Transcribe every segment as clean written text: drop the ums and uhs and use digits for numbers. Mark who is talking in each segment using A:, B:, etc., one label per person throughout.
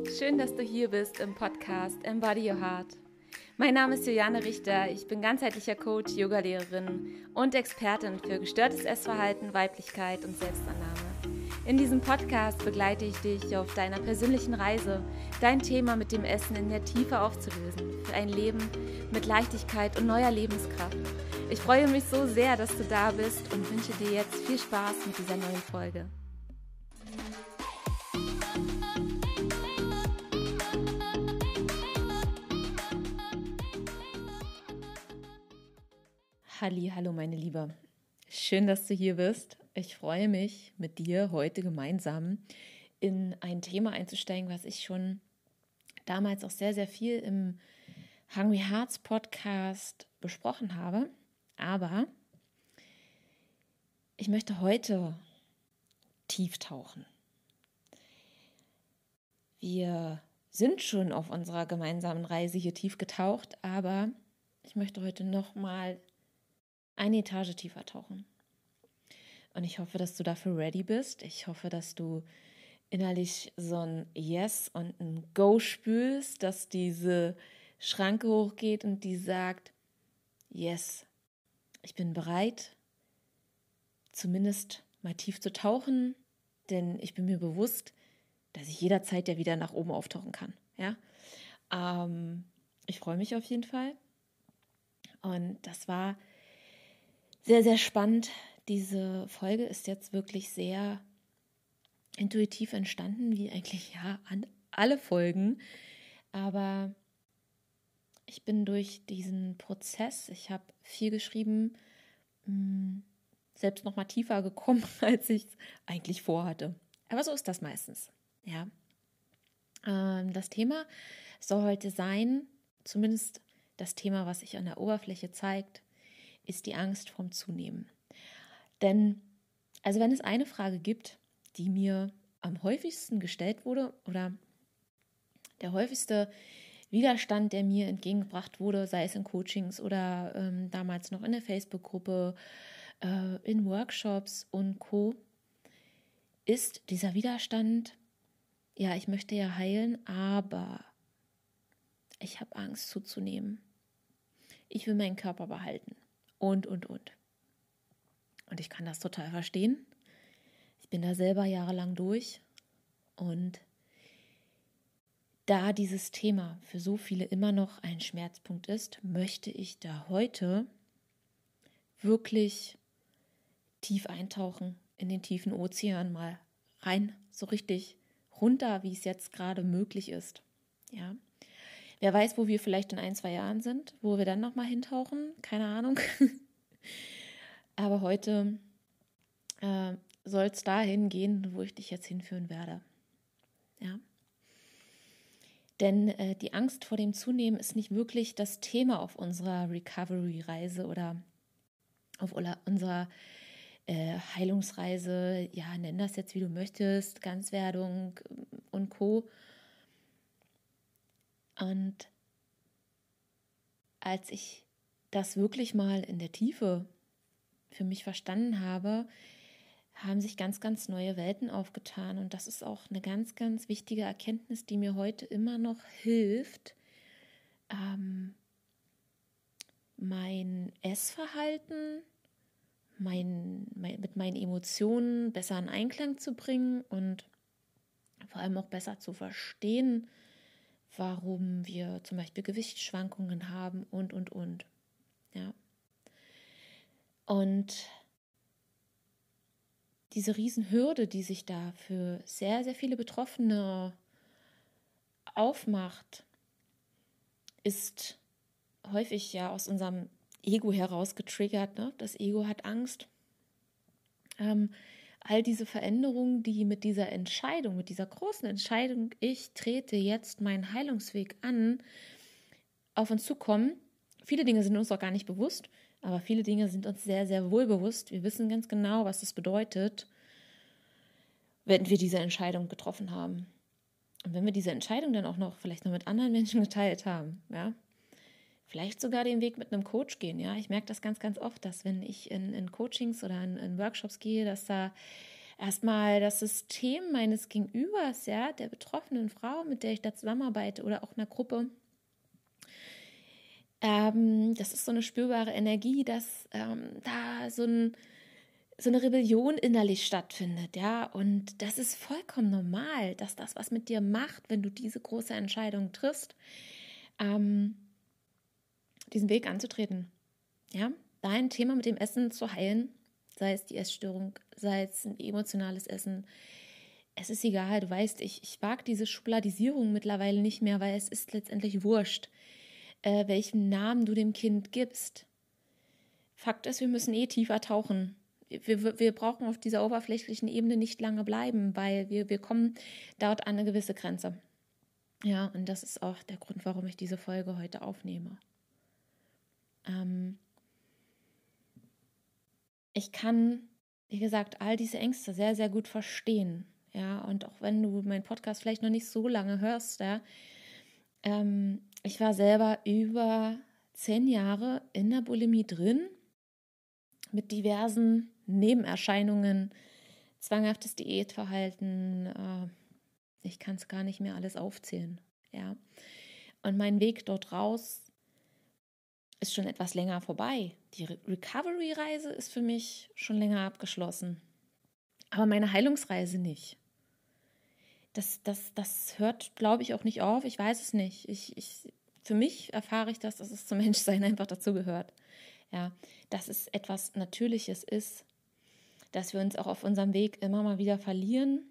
A: Schön, dass du hier bist im Podcast Embody Your Heart. Mein Name ist Juliane Richter, ich bin ganzheitlicher Coach, Yogalehrerin und Expertin für gestörtes Essverhalten, Weiblichkeit und Selbstannahme. In diesem Podcast begleite ich dich auf deiner persönlichen Reise, dein Thema mit dem Essen in der Tiefe aufzulösen, für ein Leben mit Leichtigkeit und neuer Lebenskraft. Ich freue mich so sehr, dass du da bist und wünsche dir jetzt viel Spaß mit dieser neuen Folge. Hallo meine Liebe, schön, dass du hier bist. Ich freue mich, mit dir heute gemeinsam in ein Thema einzusteigen, was ich schon damals auch sehr, sehr viel im Hungry Hearts Podcast besprochen habe. Aber ich möchte heute tief tauchen. Wir sind schon auf unserer gemeinsamen Reise hier tief getaucht, aber ich möchte heute nochmal eine Etage tiefer tauchen. Und ich hoffe, dass du dafür ready bist. Ich hoffe, dass du innerlich so ein Yes und ein Go spürst, dass diese Schranke hochgeht und die sagt, yes, ich bin bereit, zumindest mal tief zu tauchen, denn ich bin mir bewusst, dass ich jederzeit ja wieder nach oben auftauchen kann. Ja? Ich freue mich auf jeden Fall. Und das war sehr, sehr spannend. Diese Folge ist jetzt wirklich sehr intuitiv entstanden, wie eigentlich ja an alle Folgen. Aber ich bin durch diesen Prozess, ich habe viel geschrieben, selbst noch mal tiefer gekommen, als ich es eigentlich vorhatte. Aber so ist das meistens. Ja. Das Thema soll heute sein, zumindest das Thema, was sich an der Oberfläche zeigt, ist die Angst vorm Zunehmen. Denn, also wenn es eine Frage gibt, die mir am häufigsten gestellt wurde oder der häufigste Widerstand, der mir entgegengebracht wurde, sei es in Coachings oder damals noch in der Facebook-Gruppe, in Workshops und Co., ist dieser Widerstand, ja, ich möchte ja heilen, aber ich habe Angst zuzunehmen. Ich will meinen Körper behalten. Und. Und ich kann das total verstehen. Ich bin da selber jahrelang durch. Und da dieses Thema für so viele immer noch ein Schmerzpunkt ist, möchte ich da heute wirklich tief eintauchen in den tiefen Ozean, mal rein, so richtig runter, wie es jetzt gerade möglich ist. Ja. Wer weiß, wo wir vielleicht in 1-2 Jahren sind, wo wir dann nochmal hintauchen, keine Ahnung. Aber heute soll es dahin gehen, wo ich dich jetzt hinführen werde. Ja. Denn die Angst vor dem Zunehmen ist nicht wirklich das Thema auf unserer Recovery-Reise oder auf unserer Heilungsreise. Ja, nenn das jetzt, wie du möchtest, Ganzwerdung und Co. Und als ich das wirklich mal in der Tiefe für mich verstanden habe, haben sich ganz, ganz neue Welten aufgetan. Und das ist auch eine ganz, ganz wichtige Erkenntnis, die mir heute immer noch hilft, mein Essverhalten mit meinen Emotionen besser in Einklang zu bringen und vor allem auch besser zu verstehen, warum wir zum Beispiel Gewichtsschwankungen haben und. Ja. Und diese Riesenhürde, die sich da für sehr, sehr viele Betroffene aufmacht, ist häufig ja aus unserem Ego heraus getriggert. Ne? Das Ego hat Angst. All diese Veränderungen, die mit dieser Entscheidung, mit dieser großen Entscheidung, ich trete jetzt meinen Heilungsweg an, auf uns zukommen. Viele Dinge sind uns auch gar nicht bewusst, aber viele Dinge sind uns sehr, sehr wohl bewusst. Wir wissen ganz genau, was das bedeutet, wenn wir diese Entscheidung getroffen haben. Und wenn wir diese Entscheidung dann auch noch vielleicht noch mit anderen Menschen geteilt haben, ja, vielleicht sogar den Weg mit einem Coach gehen. Ja, ich merke das ganz, ganz oft, dass wenn ich in Coachings oder in Workshops gehe, dass da erstmal das System meines Gegenübers, ja, der betroffenen Frau, mit der ich da zusammenarbeite oder auch einer Gruppe. Das ist so eine spürbare Energie, dass da so eine Rebellion innerlich stattfindet, ja, und das ist vollkommen normal, dass das was mit dir macht, wenn du diese große Entscheidung triffst, diesen Weg anzutreten, ja, dein Thema mit dem Essen zu heilen, sei es die Essstörung, sei es ein emotionales Essen. Es ist egal, du weißt, ich mag diese Schubladisierung mittlerweile nicht mehr, weil es ist letztendlich wurscht, welchen Namen du dem Kind gibst. Fakt ist, wir müssen tiefer tauchen. Wir brauchen auf dieser oberflächlichen Ebene nicht lange bleiben, weil wir kommen dort an eine gewisse Grenze. Ja, und das ist auch der Grund, warum ich diese Folge heute aufnehme. Ich kann, wie gesagt, all diese Ängste sehr, sehr gut verstehen. Ja, und auch wenn du meinen Podcast vielleicht noch nicht so lange hörst, ja, ich war selber über 10 Jahre in der Bulimie drin, mit diversen Nebenerscheinungen, zwanghaftes Diätverhalten, ich kann es gar nicht mehr alles aufzählen. Ja. Und mein Weg dort raus ist schon etwas länger vorbei. Die Recovery-Reise ist für mich schon länger abgeschlossen. Aber meine Heilungsreise nicht. Das hört, glaube ich, auch nicht auf. Ich weiß es nicht. Für mich erfahre ich das, dass es zum Menschsein einfach dazu gehört. Ja, dass es etwas Natürliches ist, dass wir uns auch auf unserem Weg immer mal wieder verlieren,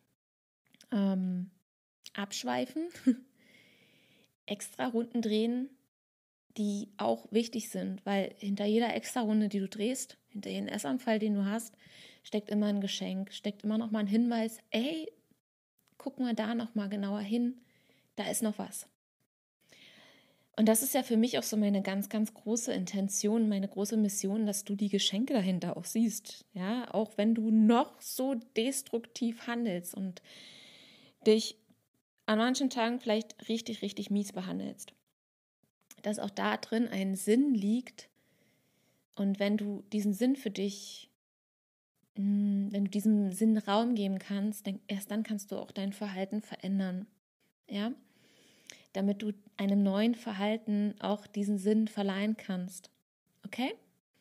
A: abschweifen, extra Runden drehen, die auch wichtig sind, weil hinter jeder extra Runde, die du drehst, hinter jedem Essanfall, den du hast, steckt immer ein Geschenk, steckt immer noch mal ein Hinweis, ey, guck mal da noch mal genauer hin, da ist noch was. Und das ist ja für mich auch so meine ganz, ganz große Intention, meine große Mission, dass du die Geschenke dahinter auch siehst. Ja, auch wenn du noch so destruktiv handelst und dich an manchen Tagen vielleicht richtig, richtig mies behandelst. Dass auch da drin ein Sinn liegt. Und wenn du diesen Sinn für dich, wenn du diesem Sinn Raum geben kannst, erst dann kannst du auch dein Verhalten verändern. Ja? Damit du einem neuen Verhalten auch diesen Sinn verleihen kannst. Okay?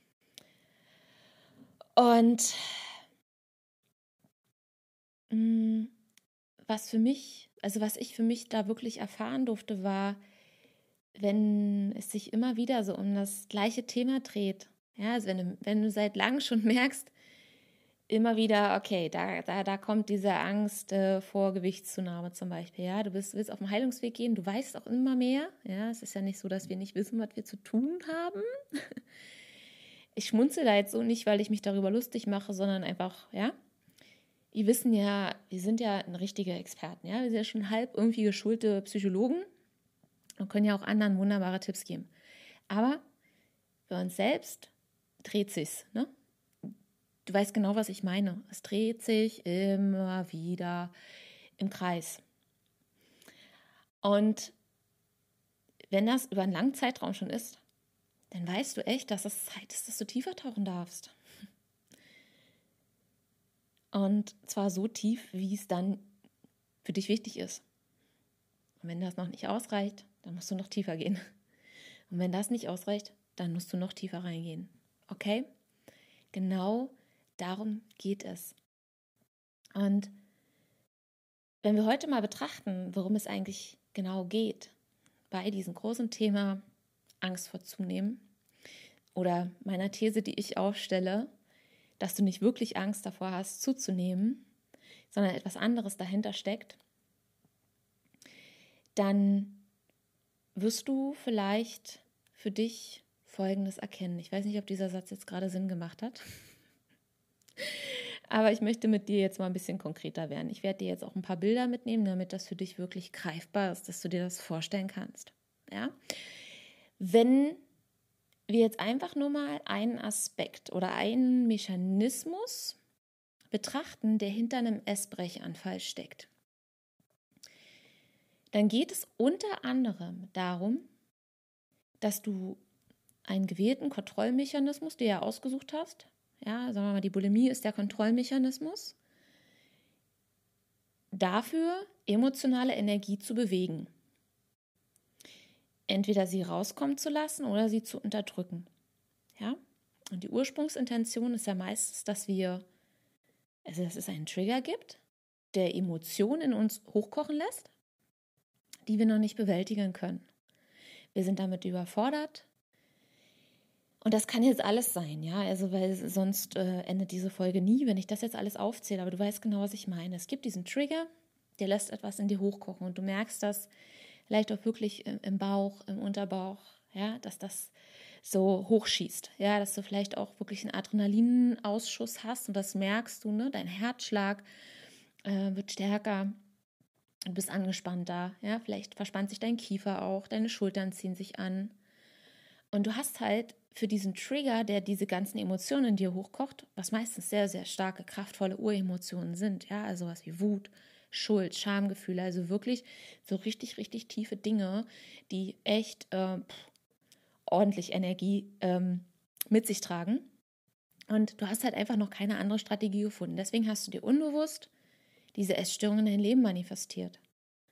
A: Und was ich für mich da wirklich erfahren durfte, war, wenn es sich immer wieder so um das gleiche Thema dreht. Ja, also wenn du seit langem schon merkst, immer wieder, okay, da kommt diese Angst vor Gewichtszunahme zum Beispiel. Ja, du willst auf den Heilungsweg gehen, du weißt auch immer mehr. Ja, es ist ja nicht so, dass wir nicht wissen, was wir zu tun haben. Ich schmunzel da jetzt so nicht, weil ich mich darüber lustig mache, sondern einfach, ja, wir sind ja richtige Experten. Ja, wir sind ja schon halb irgendwie geschulte Psychologen und können ja auch anderen wunderbare Tipps geben. Aber für uns selbst dreht sich's, ne? Du weißt genau, was ich meine. Es dreht sich immer wieder im Kreis. Und wenn das über einen langen Zeitraum schon ist, dann weißt du echt, dass es Zeit ist, dass du tiefer tauchen darfst. Und zwar so tief, wie es dann für dich wichtig ist. Und wenn das noch nicht ausreicht, dann musst du noch tiefer gehen. Und wenn das nicht ausreicht, dann musst du noch tiefer reingehen. Okay? Genau darum geht es. Und wenn wir heute mal betrachten, worum es eigentlich genau geht, bei diesem großen Thema Angst vor Zunehmen oder meiner These, die ich aufstelle, dass du nicht wirklich Angst davor hast, zuzunehmen, sondern etwas anderes dahinter steckt, dann wirst du vielleicht für dich Folgendes erkennen. Ich weiß nicht, ob dieser Satz jetzt gerade Sinn gemacht hat, aber ich möchte mit dir jetzt mal ein bisschen konkreter werden. Ich werde dir jetzt auch ein paar Bilder mitnehmen, damit das für dich wirklich greifbar ist, dass du dir das vorstellen kannst. Ja? Wenn wir jetzt einfach nur mal einen Aspekt oder einen Mechanismus betrachten, der hinter einem Essbrechanfall steckt, dann geht es unter anderem darum, dass du einen gewählten Kontrollmechanismus dir ja ausgesucht hast. Ja, sagen wir mal, die Bulimie ist der Kontrollmechanismus. dafür, emotionale Energie zu bewegen. Entweder sie rauskommen zu lassen oder sie zu unterdrücken. Ja? Und die Ursprungsintention ist ja meistens, dass es einen Trigger gibt, der Emotionen in uns hochkochen lässt, die wir noch nicht bewältigen können. Wir sind damit überfordert. Und das kann jetzt alles sein, ja, also weil sonst endet diese Folge nie, wenn ich das jetzt alles aufzähle, aber du weißt genau, was ich meine. Es gibt diesen Trigger, der lässt etwas in dir hochkochen und du merkst das vielleicht auch wirklich im Bauch, im Unterbauch, ja, dass das so hochschießt, ja, dass du vielleicht auch wirklich einen Adrenalinausschuss hast und das merkst du, ne, dein Herzschlag wird stärker, du bist angespannter, ja, vielleicht verspannt sich dein Kiefer auch, deine Schultern ziehen sich an und du hast halt für diesen Trigger, der diese ganzen Emotionen in dir hochkocht, was meistens sehr, sehr starke, kraftvolle Uremotionen sind, ja, also was wie Wut, Schuld, Schamgefühle, also wirklich so richtig, richtig tiefe Dinge, die echt ordentlich Energie mit sich tragen. Und du hast halt einfach noch keine andere Strategie gefunden. Deswegen hast du dir unbewusst diese Essstörung in dein Leben manifestiert.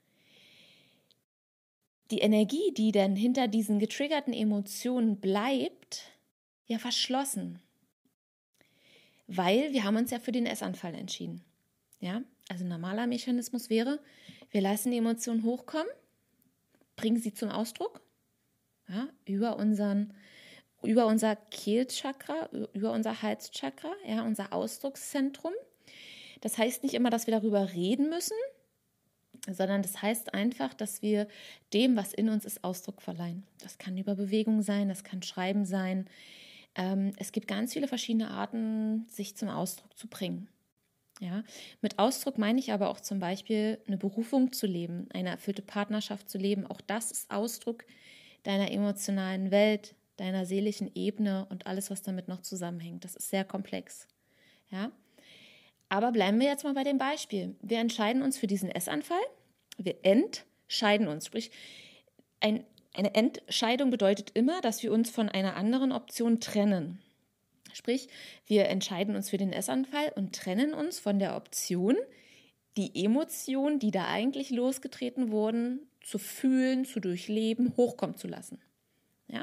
A: Die Energie, die dann hinter diesen getriggerten Emotionen bleibt, ja verschlossen. Weil wir haben uns ja für den Essanfall entschieden. Ja, also ein normaler Mechanismus wäre, wir lassen die Emotionen hochkommen, bringen sie zum Ausdruck, ja, über unser Kehlchakra, über unser Halschakra, ja, unser Ausdruckszentrum. Das heißt nicht immer, dass wir darüber reden müssen, sondern das heißt einfach, dass wir dem, was in uns ist, Ausdruck verleihen. Das kann über Bewegung sein, das kann Schreiben sein. Es gibt ganz viele verschiedene Arten, sich zum Ausdruck zu bringen. Ja, mit Ausdruck meine ich aber auch zum Beispiel eine Berufung zu leben, eine erfüllte Partnerschaft zu leben. Auch das ist Ausdruck deiner emotionalen Welt, deiner seelischen Ebene und alles, was damit noch zusammenhängt. Das ist sehr komplex. Ja, aber bleiben wir jetzt mal bei dem Beispiel. Wir entscheiden uns für diesen Essanfall. Wir entscheiden uns. Sprich, eine Entscheidung bedeutet immer, dass wir uns von einer anderen Option trennen. Sprich, wir entscheiden uns für den Essanfall und trennen uns von der Option, die Emotionen, die da eigentlich losgetreten wurden, zu fühlen, zu durchleben, hochkommen zu lassen. Ja?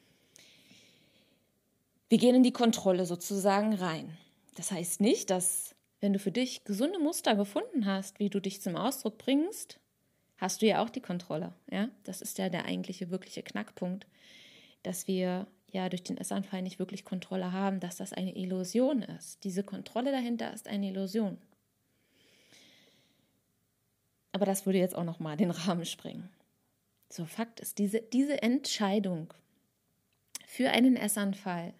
A: Wir gehen in die Kontrolle sozusagen rein. Das heißt nicht, dass, wenn du für dich gesunde Muster gefunden hast, wie du dich zum Ausdruck bringst, hast du ja auch die Kontrolle. Ja? Das ist ja der eigentliche, wirkliche Knackpunkt, dass wir ja durch den Essanfall nicht wirklich Kontrolle haben, dass das eine Illusion ist. Diese Kontrolle dahinter ist eine Illusion. Aber das würde jetzt auch nochmal den Rahmen sprengen. So, Fakt ist, diese Entscheidung für einen Essanfall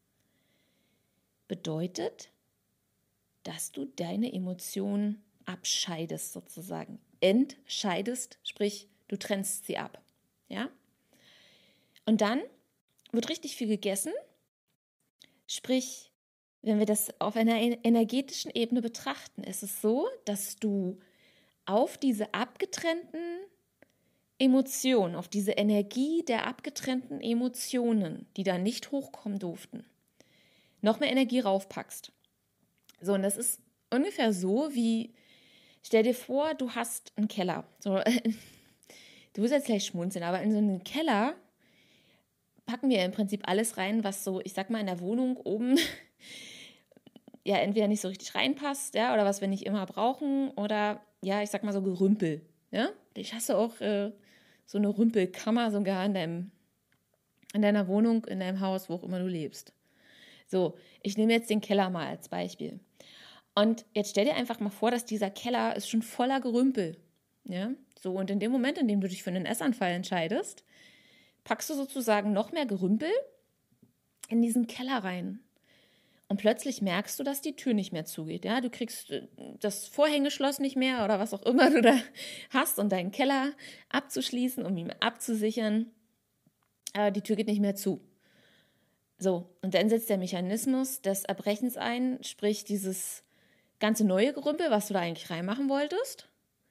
A: bedeutet, dass du deine Emotionen abscheidest sozusagen. Entscheidest, sprich, du trennst sie ab. Ja? Und dann wird richtig viel gegessen, sprich, wenn wir das auf einer energetischen Ebene betrachten, ist es so, dass du auf diese abgetrennten Emotionen, auf diese Energie der abgetrennten Emotionen, die da nicht hochkommen durften, noch mehr Energie raufpackst. So, und das ist ungefähr so wie, stell dir vor, du hast einen Keller. So, du wirst jetzt gleich schmunzeln, aber in so einen Keller packen wir im Prinzip alles rein, was so, ich sag mal, in der Wohnung oben ja entweder nicht so richtig reinpasst, ja, oder was wir nicht immer brauchen, oder ja, ich sag mal so Gerümpel. Ja? Vielleicht hast du auch so eine Rümpelkammer sogar in deiner Wohnung, in deinem Haus, wo auch immer du lebst. So, ich nehme jetzt den Keller mal als Beispiel. Und jetzt stell dir einfach mal vor, dass dieser Keller ist schon voller Gerümpel. Ja? So, und in dem Moment, in dem du dich für einen Essanfall entscheidest, packst du sozusagen noch mehr Gerümpel in diesen Keller rein. Und plötzlich merkst du, dass die Tür nicht mehr zugeht. Ja? Du kriegst das Vorhängeschloss nicht mehr oder was auch immer du da hast, um deinen Keller abzuschließen, um ihn abzusichern. Aber die Tür geht nicht mehr zu. So, und dann setzt der Mechanismus des Erbrechens ein, sprich dieses ganze neue Gerümpel, was du da eigentlich reinmachen wolltest,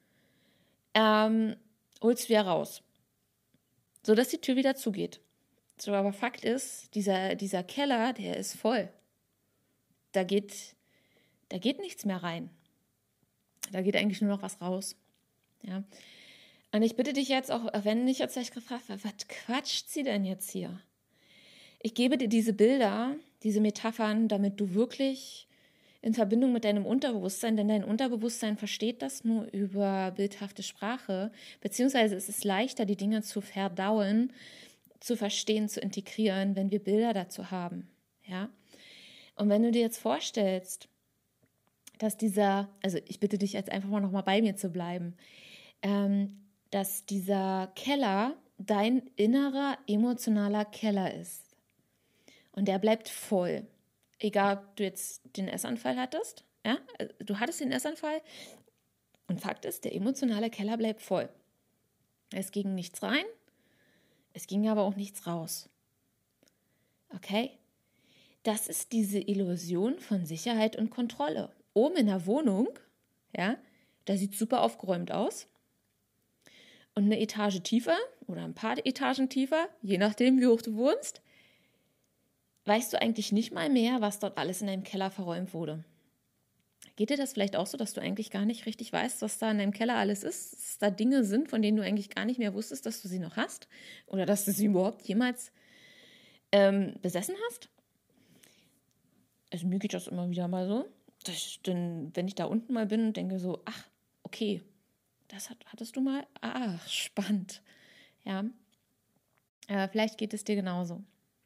A: holst du wieder raus, sodass die Tür wieder zugeht. So, aber Fakt ist, dieser Keller, der ist voll. Da geht nichts mehr rein. Da geht eigentlich nur noch was raus. Ja. Und ich bitte dich jetzt auch, wenn ich jetzt gleich gefragt habe, was quatscht sie denn jetzt hier? Ich gebe dir diese Bilder, diese Metaphern, damit du wirklich in Verbindung mit deinem Unterbewusstsein, denn dein Unterbewusstsein versteht das nur über bildhafte Sprache, beziehungsweise es ist leichter, die Dinge zu verdauen, zu verstehen, zu integrieren, wenn wir Bilder dazu haben. Ja? Und wenn du dir jetzt vorstellst, dass also ich bitte dich jetzt einfach mal nochmal bei mir zu bleiben, dass dieser Keller dein innerer emotionaler Keller ist. Und der bleibt voll. Egal, ob du jetzt den Essanfall hattest, ja, du hattest den Essanfall und Fakt ist, der emotionale Keller bleibt voll. Es ging nichts rein, es ging aber auch nichts raus. Okay? Das ist diese Illusion von Sicherheit und Kontrolle. Oben in der Wohnung, ja, da sieht es super aufgeräumt aus. Und eine Etage tiefer oder ein paar Etagen tiefer, je nachdem, wie hoch du wohnst, weißt du eigentlich nicht mal mehr, was dort alles in deinem Keller verräumt wurde. Geht dir das vielleicht auch so, dass du eigentlich gar nicht richtig weißt, was da in deinem Keller alles ist? Dass es da Dinge sind, von denen du eigentlich gar nicht mehr wusstest, dass du sie noch hast? Oder dass du sie überhaupt jemals besessen hast? Also mir geht das immer wieder mal so. Wenn ich da unten mal bin und denke so, ach, okay, das hattest du mal? Ach, spannend. Ja, vielleicht geht es dir genauso.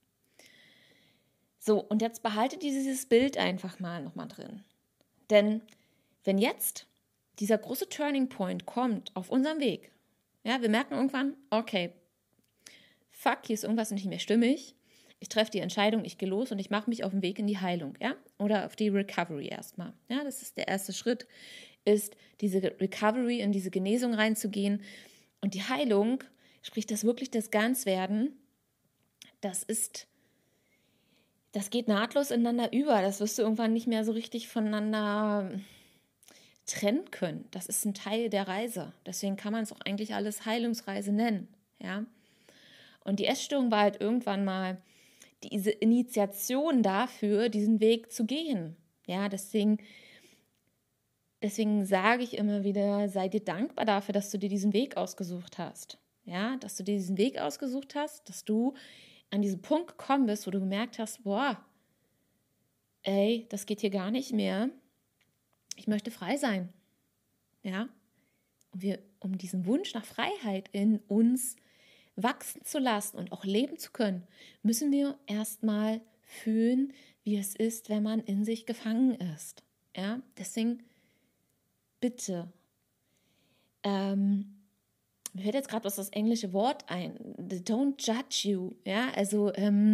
A: So, und jetzt behalte dieses Bild einfach mal nochmal drin. Denn wenn jetzt dieser große Turning Point kommt auf unserem Weg, ja, wir merken irgendwann, okay, fuck, hier ist irgendwas nicht mehr stimmig. Ich treffe die Entscheidung, ich gehe los und ich mache mich auf den Weg in die Heilung, ja, oder auf die Recovery erstmal. Ja, das ist der erste Schritt, ist diese Recovery, in diese Genesung reinzugehen. Und die Heilung, sprich das wirklich das Ganzwerden, das geht nahtlos ineinander über. Das wirst du irgendwann nicht mehr so richtig voneinander trennen können. Das ist ein Teil der Reise. Deswegen kann man es auch eigentlich alles Heilungsreise nennen. Ja? Und die Essstörung war halt irgendwann mal diese Initiation dafür, diesen Weg zu gehen. Ja, deswegen sage ich immer wieder, sei dir dankbar dafür, dass du dir diesen Weg ausgesucht hast. Ja, dass du dir diesen Weg ausgesucht hast, dass du an diesen Punkt gekommen bist, wo du gemerkt hast, boah, ey, das geht hier gar nicht mehr. Ich möchte frei sein. Ja, und um diesen Wunsch nach Freiheit in uns wachsen zu lassen und auch leben zu können, müssen wir erstmal fühlen, wie es ist, wenn man in sich gefangen ist. Ja, deswegen bitte, mir fällt jetzt gerade das englische Wort ein, don't judge you, ja, also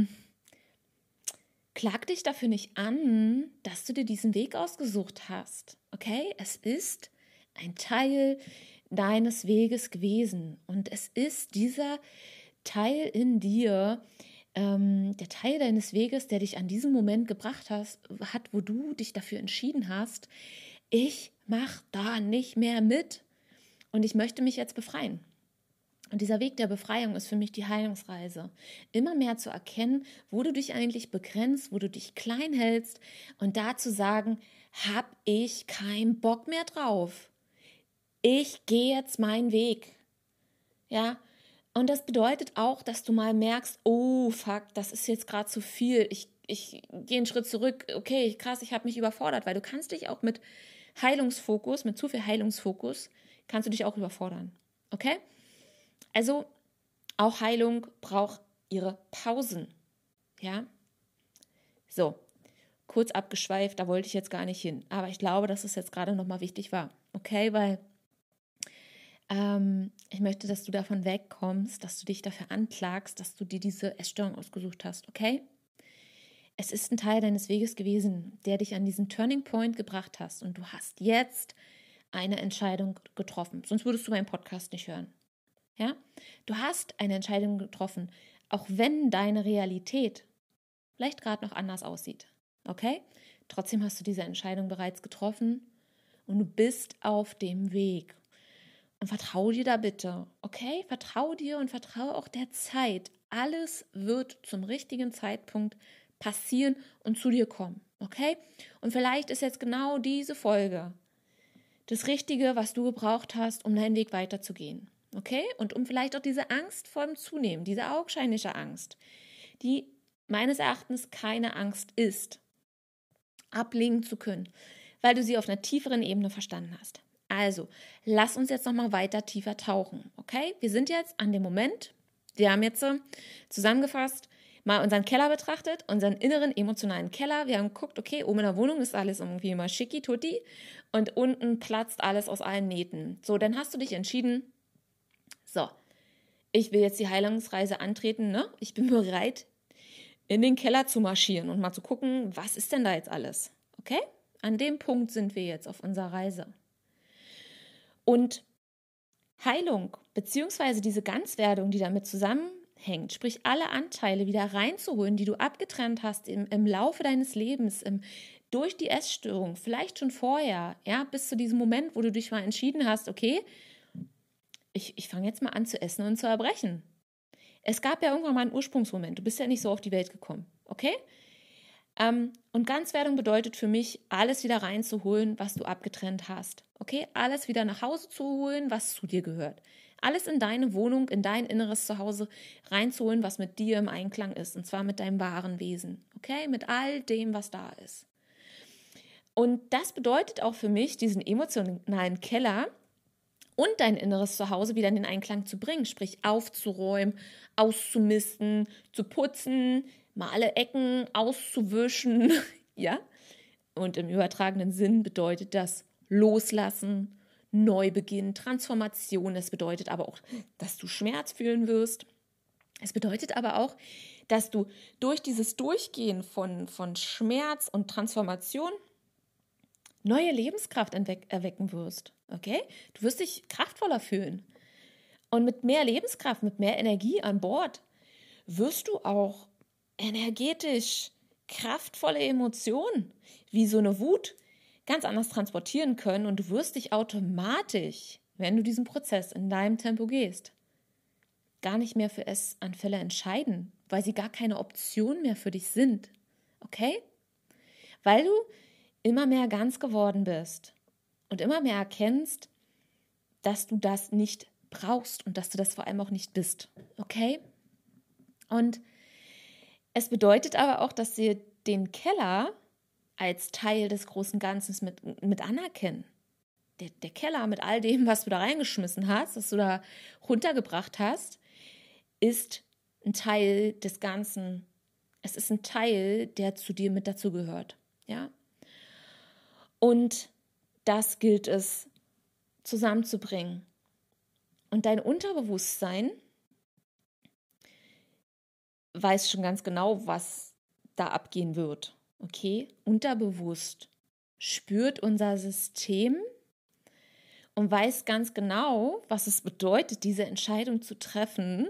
A: klag dich dafür nicht an, dass du dir diesen Weg ausgesucht hast, okay, es ist ein Teil deines Weges gewesen und es ist dieser Teil in dir, der Teil deines Weges, der dich an diesen Moment gebracht hat, wo du dich dafür entschieden hast, ich mache da nicht mehr mit und ich möchte mich jetzt befreien. Und dieser Weg der Befreiung ist für mich die Heilungsreise. Immer mehr zu erkennen, wo du dich eigentlich begrenzt, wo du dich klein hältst und da zu sagen, hab ich keinen Bock mehr drauf. Ich gehe jetzt meinen Weg. Ja, und das bedeutet auch, dass du mal merkst, oh fuck, das ist jetzt gerade zu viel. Ich gehe einen Schritt zurück. Okay, krass, ich habe mich überfordert, weil du kannst dich auch mit Heilungsfokus, mit zu viel Heilungsfokus, kannst du dich auch überfordern. Okay? Also auch Heilung braucht ihre Pausen. Ja? So, kurz abgeschweift, da wollte ich jetzt gar nicht hin. Aber ich glaube, dass es jetzt gerade nochmal wichtig war. Okay, weil ich möchte, dass du davon wegkommst, dass du dich dafür anklagst, dass du dir diese Essstörung ausgesucht hast, okay? Es ist ein Teil deines Weges gewesen, der dich an diesen Turning Point gebracht hast und du hast jetzt eine Entscheidung getroffen, sonst würdest du meinen Podcast nicht hören. Ja? Du hast eine Entscheidung getroffen, auch wenn deine Realität vielleicht gerade noch anders aussieht, okay? Trotzdem hast du diese Entscheidung bereits getroffen und du bist auf dem Weg. Und vertrau dir da bitte, okay? Vertrau dir und vertrau auch der Zeit. Alles wird zum richtigen Zeitpunkt passieren und zu dir kommen, okay? Und vielleicht ist jetzt genau diese Folge das Richtige, was du gebraucht hast, um deinen Weg weiterzugehen. Okay? Und um vielleicht auch diese Angst vor dem Zunehmen, diese augenscheinliche Angst, die meines Erachtens keine Angst ist, ablegen zu können, weil du sie auf einer tieferen Ebene verstanden hast. Also, lass uns jetzt nochmal weiter tiefer tauchen, okay? Wir sind jetzt an dem Moment, wir haben jetzt zusammengefasst, mal unseren Keller betrachtet, unseren inneren emotionalen Keller. Wir haben geguckt, okay, oben in der Wohnung ist alles irgendwie immer schicki-tutti und unten platzt alles aus allen Nähten. So, dann hast du dich entschieden, so, ich will jetzt die Heilungsreise antreten, ne? Ich bin bereit, in den Keller zu marschieren und mal zu gucken, was ist denn da jetzt alles, okay? An dem Punkt sind wir jetzt auf unserer Reise. Und Heilung, beziehungsweise diese Ganzwerdung, die damit zusammenhängt, sprich alle Anteile wieder reinzuholen, die du abgetrennt hast im Laufe deines Lebens, durch die Essstörung, vielleicht schon vorher, ja, bis zu diesem Moment, wo du dich mal entschieden hast, okay, ich fange jetzt mal an zu essen und zu erbrechen. Es gab ja irgendwann mal einen Ursprungsmoment, du bist ja nicht so auf die Welt gekommen, okay? Und Ganzwerdung bedeutet für mich, alles wieder reinzuholen, was du abgetrennt hast. Okay? Alles wieder nach Hause zu holen, was zu dir gehört. Alles in deine Wohnung, in dein inneres Zuhause reinzuholen, was mit dir im Einklang ist. Und zwar mit deinem wahren Wesen. Okay? Mit all dem, was da ist. Und das bedeutet auch für mich, diesen emotionalen Keller und dein inneres Zuhause wieder in den Einklang zu bringen. Sprich, aufzuräumen, auszumisten, zu putzen, mal alle Ecken auszuwischen, ja? Und im übertragenen Sinn bedeutet das Loslassen, Neubeginn, Transformation. Es bedeutet aber auch, dass du Schmerz fühlen wirst. Es bedeutet aber auch, dass du durch dieses Durchgehen von Schmerz und Transformation neue Lebenskraft erwecken wirst. Okay? Du wirst dich kraftvoller fühlen. Und mit mehr Lebenskraft, mit mehr Energie an Bord wirst du auch energetisch kraftvolle Emotionen, wie so eine Wut, ganz anders transportieren können und du wirst dich automatisch, wenn du diesen Prozess in deinem Tempo gehst, gar nicht mehr für Essanfälle entscheiden, weil sie gar keine Option mehr für dich sind. Okay? Weil du immer mehr ganz geworden bist und immer mehr erkennst, dass du das nicht brauchst und dass du das vor allem auch nicht bist. Okay? Und es bedeutet aber auch, dass wir den Keller als Teil des großen Ganzen mit anerkennen. Der Keller mit all dem, was du da reingeschmissen hast, was du da runtergebracht hast, ist ein Teil des Ganzen. Es ist ein Teil, der zu dir mit dazugehört. Ja? Und das gilt es zusammenzubringen. Und dein Unterbewusstsein weiß schon ganz genau, was da abgehen wird. Okay? Unterbewusst spürt unser System und weiß ganz genau, was es bedeutet, diese Entscheidung zu treffen,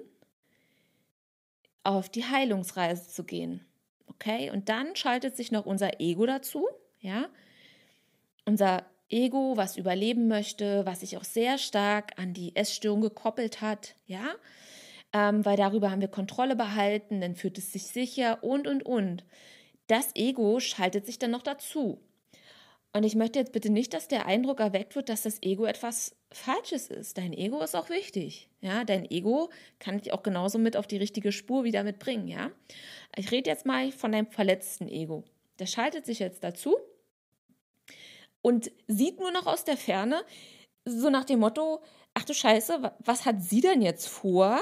A: auf die Heilungsreise zu gehen. Okay? Und dann schaltet sich noch unser Ego dazu, ja? Unser Ego, was überleben möchte, was sich auch sehr stark an die Essstörung gekoppelt hat, ja? Weil darüber haben wir Kontrolle behalten, dann fühlt es sich sicher und. Das Ego schaltet sich dann noch dazu. Und ich möchte jetzt bitte nicht, dass der Eindruck erweckt wird, dass das Ego etwas Falsches ist. Dein Ego ist auch wichtig. Ja? Dein Ego kann dich auch genauso mit auf die richtige Spur wieder mitbringen. Ja? Ich rede jetzt mal von deinem verletzten Ego. Der schaltet sich jetzt dazu und sieht nur noch aus der Ferne, so nach dem Motto, ach du Scheiße, was hat sie denn jetzt vor?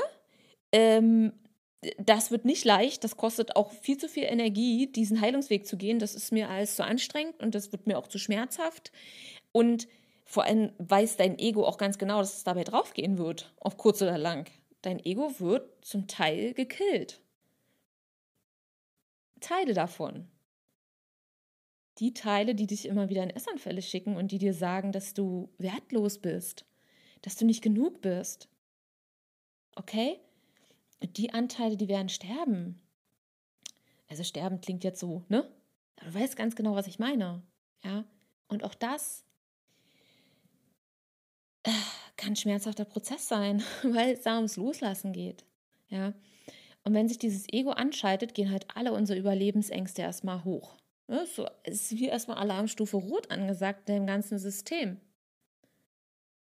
A: Das wird nicht leicht, das kostet auch viel zu viel Energie, diesen Heilungsweg zu gehen. Das ist mir alles zu anstrengend und das wird mir auch zu schmerzhaft. Und vor allem weiß dein Ego auch ganz genau, dass es dabei draufgehen wird, auf kurz oder lang. Dein Ego wird zum Teil gekillt. Teile davon. Die Teile, die dich immer wieder in Essanfälle schicken und die dir sagen, dass du wertlos bist, dass du nicht genug bist. Okay? Die Anteile, die werden sterben. Also sterben klingt jetzt so, ne? Aber du weißt ganz genau, was ich meine. Ja? Und auch das kann ein schmerzhafter Prozess sein, weil es da ums Loslassen geht. Ja? Und wenn sich dieses Ego anschaltet, gehen halt alle unsere Überlebensängste erstmal hoch. Ja? So, es ist wie erstmal Alarmstufe Rot angesagt in dem ganzen System.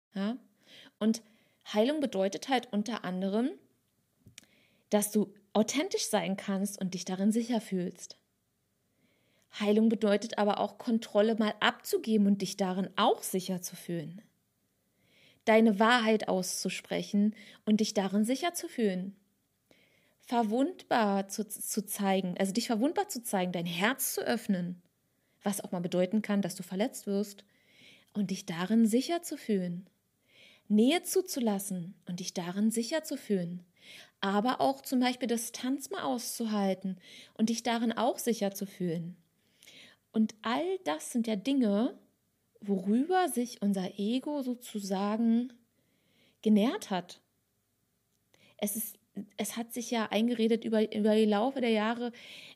A: Ja? Und Heilung bedeutet halt unter anderem, dass du authentisch sein kannst und dich darin sicher fühlst. Heilung bedeutet aber auch, Kontrolle mal abzugeben und dich darin auch sicher zu fühlen. Deine Wahrheit auszusprechen und dich darin sicher zu fühlen. Verwundbar zu zeigen, also dich verwundbar zu zeigen, dein Herz zu öffnen, was auch mal bedeuten kann, dass du verletzt wirst, und dich darin sicher zu fühlen. Nähe zuzulassen und dich darin sicher zu fühlen. Aber auch zum Beispiel Distanz mal auszuhalten und dich darin auch sicher zu fühlen. Und all das sind ja Dinge, worüber sich unser Ego sozusagen genährt hat. Es hat sich ja eingeredet über die Laufe der Jahre,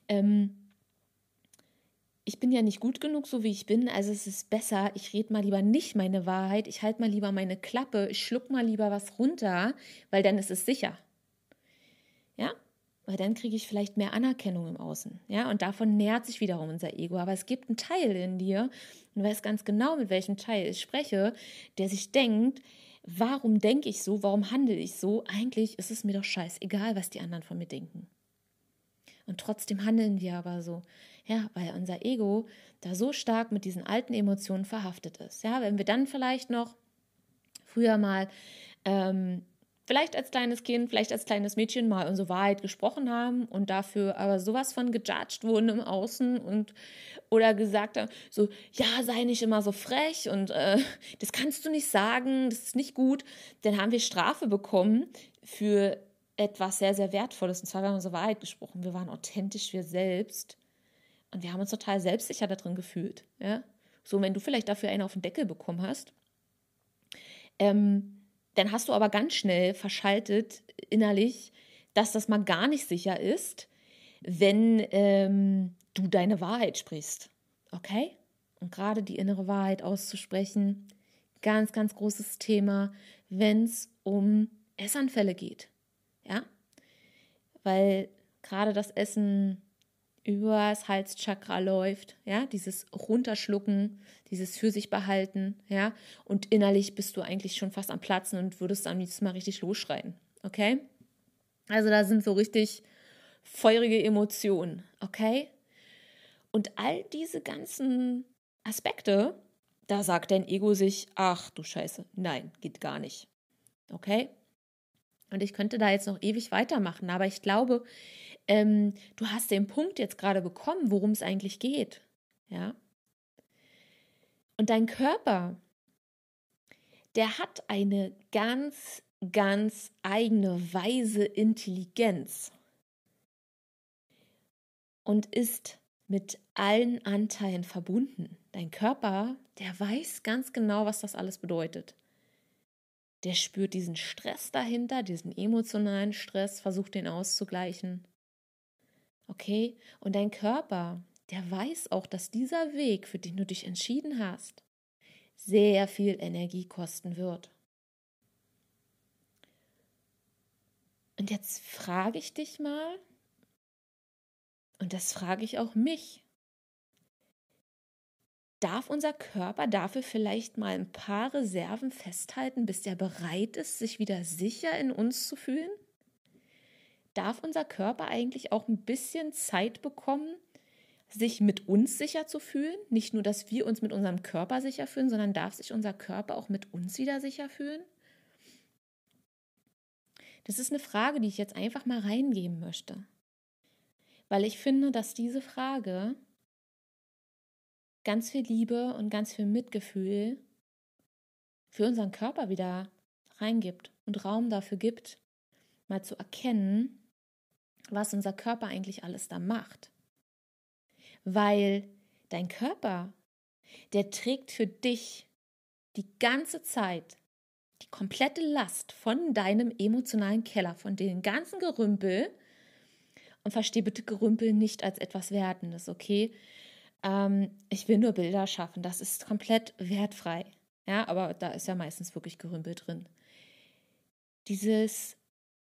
A: ich bin ja nicht gut genug, so wie ich bin, also es ist besser, ich rede mal lieber nicht meine Wahrheit, ich halte mal lieber meine Klappe, ich schluck mal lieber was runter, weil dann ist es sicher. Ja, weil dann kriege ich vielleicht mehr Anerkennung im Außen. Ja, und davon nährt sich wiederum unser Ego. Aber es gibt einen Teil in dir, und du weißt ganz genau, mit welchem Teil ich spreche, der sich denkt, warum denke ich so, warum handle ich so? Eigentlich ist es mir doch scheißegal, was die anderen von mir denken. Und trotzdem handeln wir aber so. Ja, weil unser Ego da so stark mit diesen alten Emotionen verhaftet ist. Ja, wenn wir dann vielleicht noch früher mal vielleicht als kleines Kind, vielleicht als kleines Mädchen mal unsere Wahrheit gesprochen haben und dafür aber sowas von gejudged wurden im Außen oder gesagt haben, so, ja, sei nicht immer so frech und das kannst du nicht sagen, das ist nicht gut. Dann haben wir Strafe bekommen für etwas sehr, sehr Wertvolles. Und zwar, wir haben unsere Wahrheit gesprochen. Wir waren authentisch, wir selbst. Und wir haben uns total selbstsicher da drin gefühlt. Ja? So, wenn du vielleicht dafür einen auf den Deckel bekommen hast, dann hast du aber ganz schnell verschaltet innerlich, dass das mal gar nicht sicher ist, wenn du deine Wahrheit sprichst. Okay? Und gerade die innere Wahrheit auszusprechen, ganz, ganz großes Thema, wenn es um Essanfälle geht. Ja? Weil gerade das Essen über das Halschakra läuft, ja, dieses Runterschlucken, dieses für sich behalten, ja, und innerlich bist du eigentlich schon fast am Platzen und würdest am liebsten mal richtig losschreien, okay? Also da sind so richtig feurige Emotionen, okay? Und all diese ganzen Aspekte, da sagt dein Ego sich, ach du Scheiße, nein, geht gar nicht, okay? Und ich könnte da jetzt noch ewig weitermachen, aber ich glaube, du hast den Punkt jetzt gerade bekommen, worum es eigentlich geht. Ja? Und dein Körper, der hat eine ganz, ganz eigene, weise Intelligenz und ist mit allen Anteilen verbunden. Dein Körper, der weiß ganz genau, was das alles bedeutet. Der spürt diesen Stress dahinter, diesen emotionalen Stress, versucht den auszugleichen. Okay? Und dein Körper, der weiß auch, dass dieser Weg, für den du dich entschieden hast, sehr viel Energie kosten wird. Und jetzt frage ich dich mal, und das frage ich auch mich, darf unser Körper dafür vielleicht mal ein paar Reserven festhalten, bis er bereit ist, sich wieder sicher in uns zu fühlen? Darf unser Körper eigentlich auch ein bisschen Zeit bekommen, sich mit uns sicher zu fühlen? Nicht nur, dass wir uns mit unserem Körper sicher fühlen, sondern darf sich unser Körper auch mit uns wieder sicher fühlen? Das ist eine Frage, die ich jetzt einfach mal reingeben möchte. Weil ich finde, dass diese Frage ganz viel Liebe und ganz viel Mitgefühl für unseren Körper wieder reingibt und Raum dafür gibt, mal zu erkennen, was unser Körper eigentlich alles da macht. Weil dein Körper, der trägt für dich die ganze Zeit die komplette Last von deinem emotionalen Keller, von dem ganzen Gerümpel. Und verstehe bitte Gerümpel nicht als etwas Wertendes, okay? Ich will nur Bilder schaffen, das ist komplett wertfrei. Ja, aber da ist ja meistens wirklich Gerümpel drin. Diese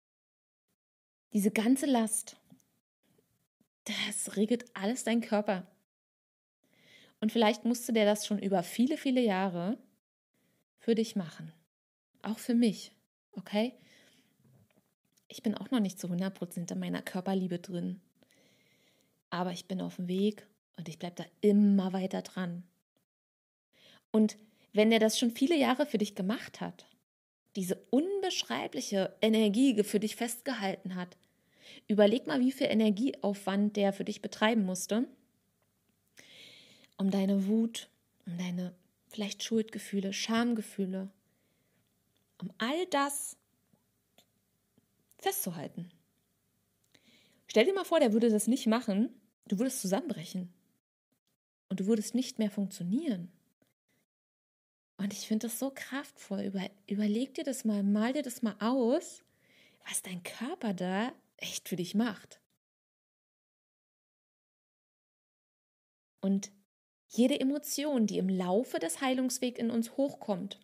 A: ganze Last, das regelt alles dein Körper. Und vielleicht musste der das schon über viele, viele Jahre für dich machen. auch für mich, okay? Ich bin auch noch nicht zu 100% in meiner Körperliebe drin, aber ich bin auf dem Weg und ich bleibe da immer weiter dran. Und wenn er das schon viele Jahre für dich gemacht hat, diese unbeschreibliche Energie für dich festgehalten hat, überleg mal, wie viel Energieaufwand der für dich betreiben musste, um deine Wut, um deine vielleicht Schuldgefühle, Schamgefühle, um all das festzuhalten. Stell dir mal vor, der würde das nicht machen, du würdest zusammenbrechen und du würdest nicht mehr funktionieren. Und ich finde das so kraftvoll. Überleg dir das mal, mal dir das mal aus, was dein Körper da echt für dich macht. Und jede Emotion, die im Laufe des Heilungswegs in uns hochkommt,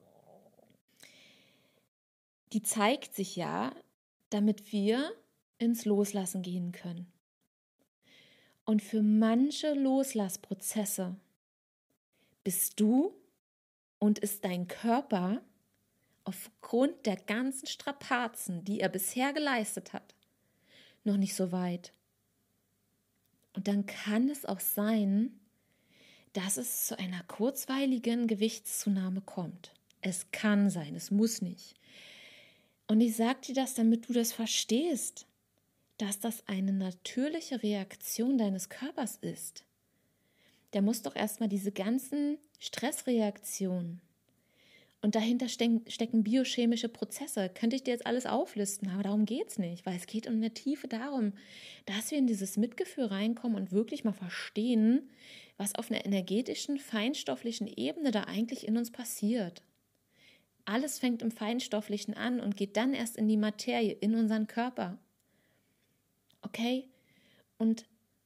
A: die zeigt sich ja, damit wir ins Loslassen gehen können. Und für manche Loslassprozesse bist du und ist dein Körper aufgrund der ganzen Strapazen, die er bisher geleistet hat, noch nicht so weit. Und dann kann es auch sein, dass es zu einer kurzweiligen Gewichtszunahme kommt. Es kann sein, es muss nicht. Und ich sage dir das, damit du das verstehst, dass das eine natürliche Reaktion deines Körpers ist. Der muss doch erstmal diese ganzen Stressreaktionen und dahinter stecken biochemische Prozesse. Könnte ich dir jetzt alles auflisten, aber darum geht es nicht, weil es geht in der Tiefe darum, dass wir in dieses Mitgefühl reinkommen und wirklich mal verstehen, was auf einer energetischen, feinstofflichen Ebene da eigentlich in uns passiert. Alles fängt im Feinstofflichen an und geht dann erst in die Materie, in unseren Körper. Okay? Und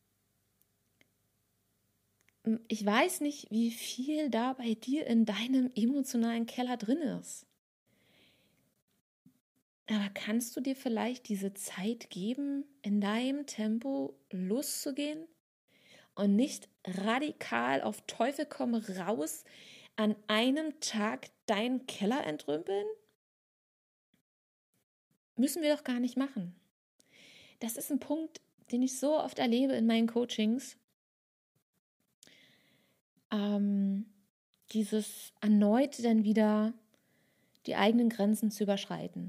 A: ich weiß nicht, wie viel da bei dir in deinem emotionalen Keller drin ist. Aber kannst du dir vielleicht diese Zeit geben, in deinem Tempo loszugehen und nicht radikal auf Teufel komm raus an einem Tag deinen Keller entrümpeln? Müssen wir doch gar nicht machen. Das ist ein Punkt, den ich so oft erlebe in meinen Coachings. Dieses erneut dann wieder die eigenen Grenzen zu überschreiten.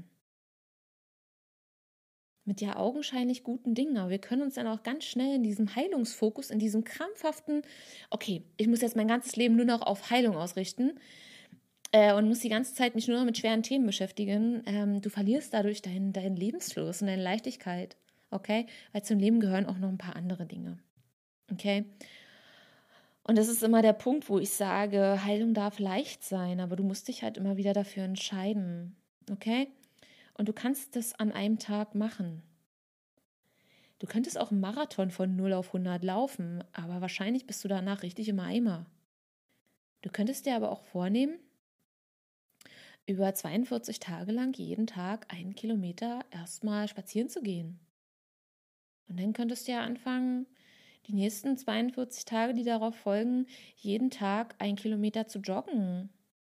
A: Mit ja augenscheinlich guten Dingen, aber wir können uns dann auch ganz schnell in diesem Heilungsfokus, in diesem krampfhaften, okay, ich muss jetzt mein ganzes Leben nur noch auf Heilung ausrichten und muss die ganze Zeit mich nur noch mit schweren Themen beschäftigen. Du verlierst dadurch deinen Lebensfluss und deine Leichtigkeit, okay? Weil zum Leben gehören auch noch ein paar andere Dinge, okay? Und das ist immer der Punkt, wo ich sage, Heilung darf leicht sein, aber du musst dich halt immer wieder dafür entscheiden, okay? Und du kannst das an einem Tag machen. Du könntest auch einen Marathon von 0 auf 100 laufen, aber wahrscheinlich bist du danach richtig im Eimer. Du könntest dir aber auch vornehmen, über 42 Tage lang jeden Tag 1 Kilometer erstmal spazieren zu gehen. Und dann könntest du ja anfangen, die nächsten 42 Tage, die darauf folgen, jeden Tag 1 Kilometer zu joggen.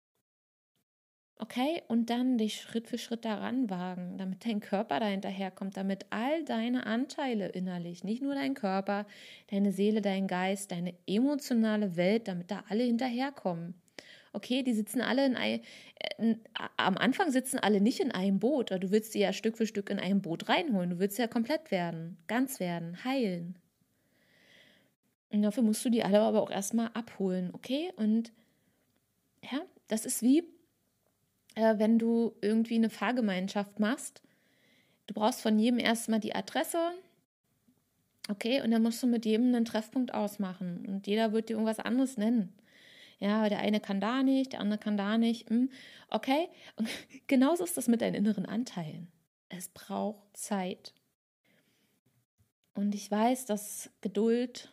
A: Okay, und dann dich Schritt für Schritt daran wagen, damit dein Körper da hinterherkommt, damit all deine Anteile innerlich, nicht nur dein Körper, deine Seele, dein Geist, deine emotionale Welt, damit da alle hinterherkommen. Okay, die sitzen alle am Anfang sitzen alle nicht in einem Boot, oder du willst sie ja Stück für Stück in ein Boot reinholen, du willst ja komplett werden, ganz werden, heilen. Und dafür musst du die alle aber auch erstmal abholen, okay? Und ja, das ist wie, wenn du irgendwie eine Fahrgemeinschaft machst. Du brauchst von jedem erstmal die Adresse, okay? Und dann musst du mit jedem einen Treffpunkt ausmachen. Und jeder wird dir irgendwas anderes nennen. Ja, der eine kann da nicht, der andere kann da nicht. Okay? Und genauso ist das mit deinen inneren Anteilen. Es braucht Zeit. Und ich weiß, dass Geduld,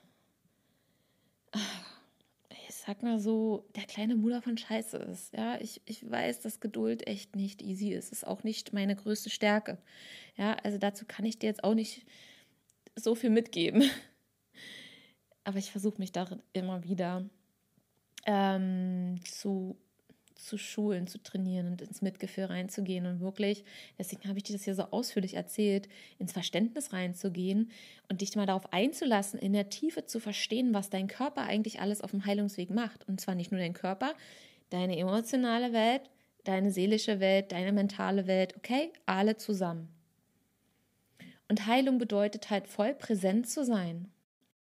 A: ich sag mal so, der kleine Bruder von Scheiße ist. Ja, ich weiß, dass Geduld echt nicht easy ist. Es ist auch nicht meine größte Stärke. Ja, also dazu kann ich dir jetzt auch nicht so viel mitgeben. Aber ich versuche mich darin immer wieder zu zu schulen, zu trainieren und ins Mitgefühl reinzugehen und wirklich, deswegen habe ich dir das ja so ausführlich erzählt, ins Verständnis reinzugehen und dich mal darauf einzulassen, in der Tiefe zu verstehen, was dein Körper eigentlich alles auf dem Heilungsweg macht. Und zwar nicht nur dein Körper, deine emotionale Welt, deine seelische Welt, deine mentale Welt, okay? Alle zusammen. Und Heilung bedeutet halt voll präsent zu sein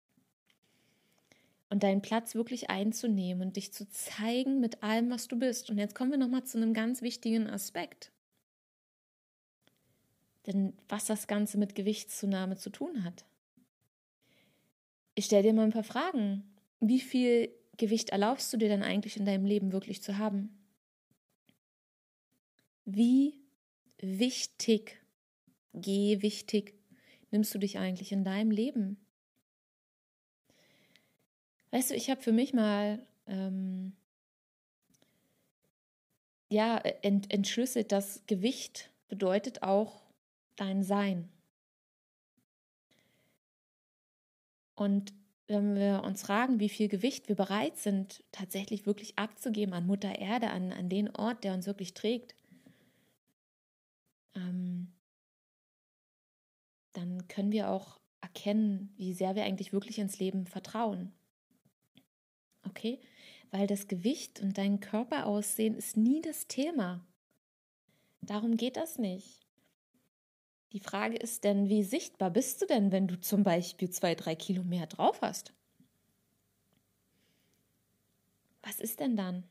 A: und deinen Platz wirklich einzunehmen und dich zu zeigen mit allem, was du bist. Und jetzt kommen wir nochmal zu einem ganz wichtigen Aspekt. Denn was das Ganze mit Gewichtszunahme zu tun hat. Ich stelle dir mal ein paar Fragen. Wie viel Gewicht erlaubst du dir denn eigentlich in deinem Leben wirklich zu haben? Wie wichtig, gewichtig nimmst du dich eigentlich in deinem Leben? Weißt du, ich habe für mich mal entschlüsselt, dass Gewicht bedeutet auch dein Sein. Und wenn wir uns fragen, wie viel Gewicht wir bereit sind, tatsächlich wirklich abzugeben an Mutter Erde, an den Ort, der uns wirklich trägt, dann können wir auch erkennen, wie sehr wir eigentlich wirklich ins Leben vertrauen. Okay? Weil das Gewicht und dein Körperaussehen ist nie das Thema. Darum geht das nicht. Die Frage ist denn, wie sichtbar bist du denn, wenn du zum Beispiel 2-3 Kilo mehr drauf hast? Was ist denn dann?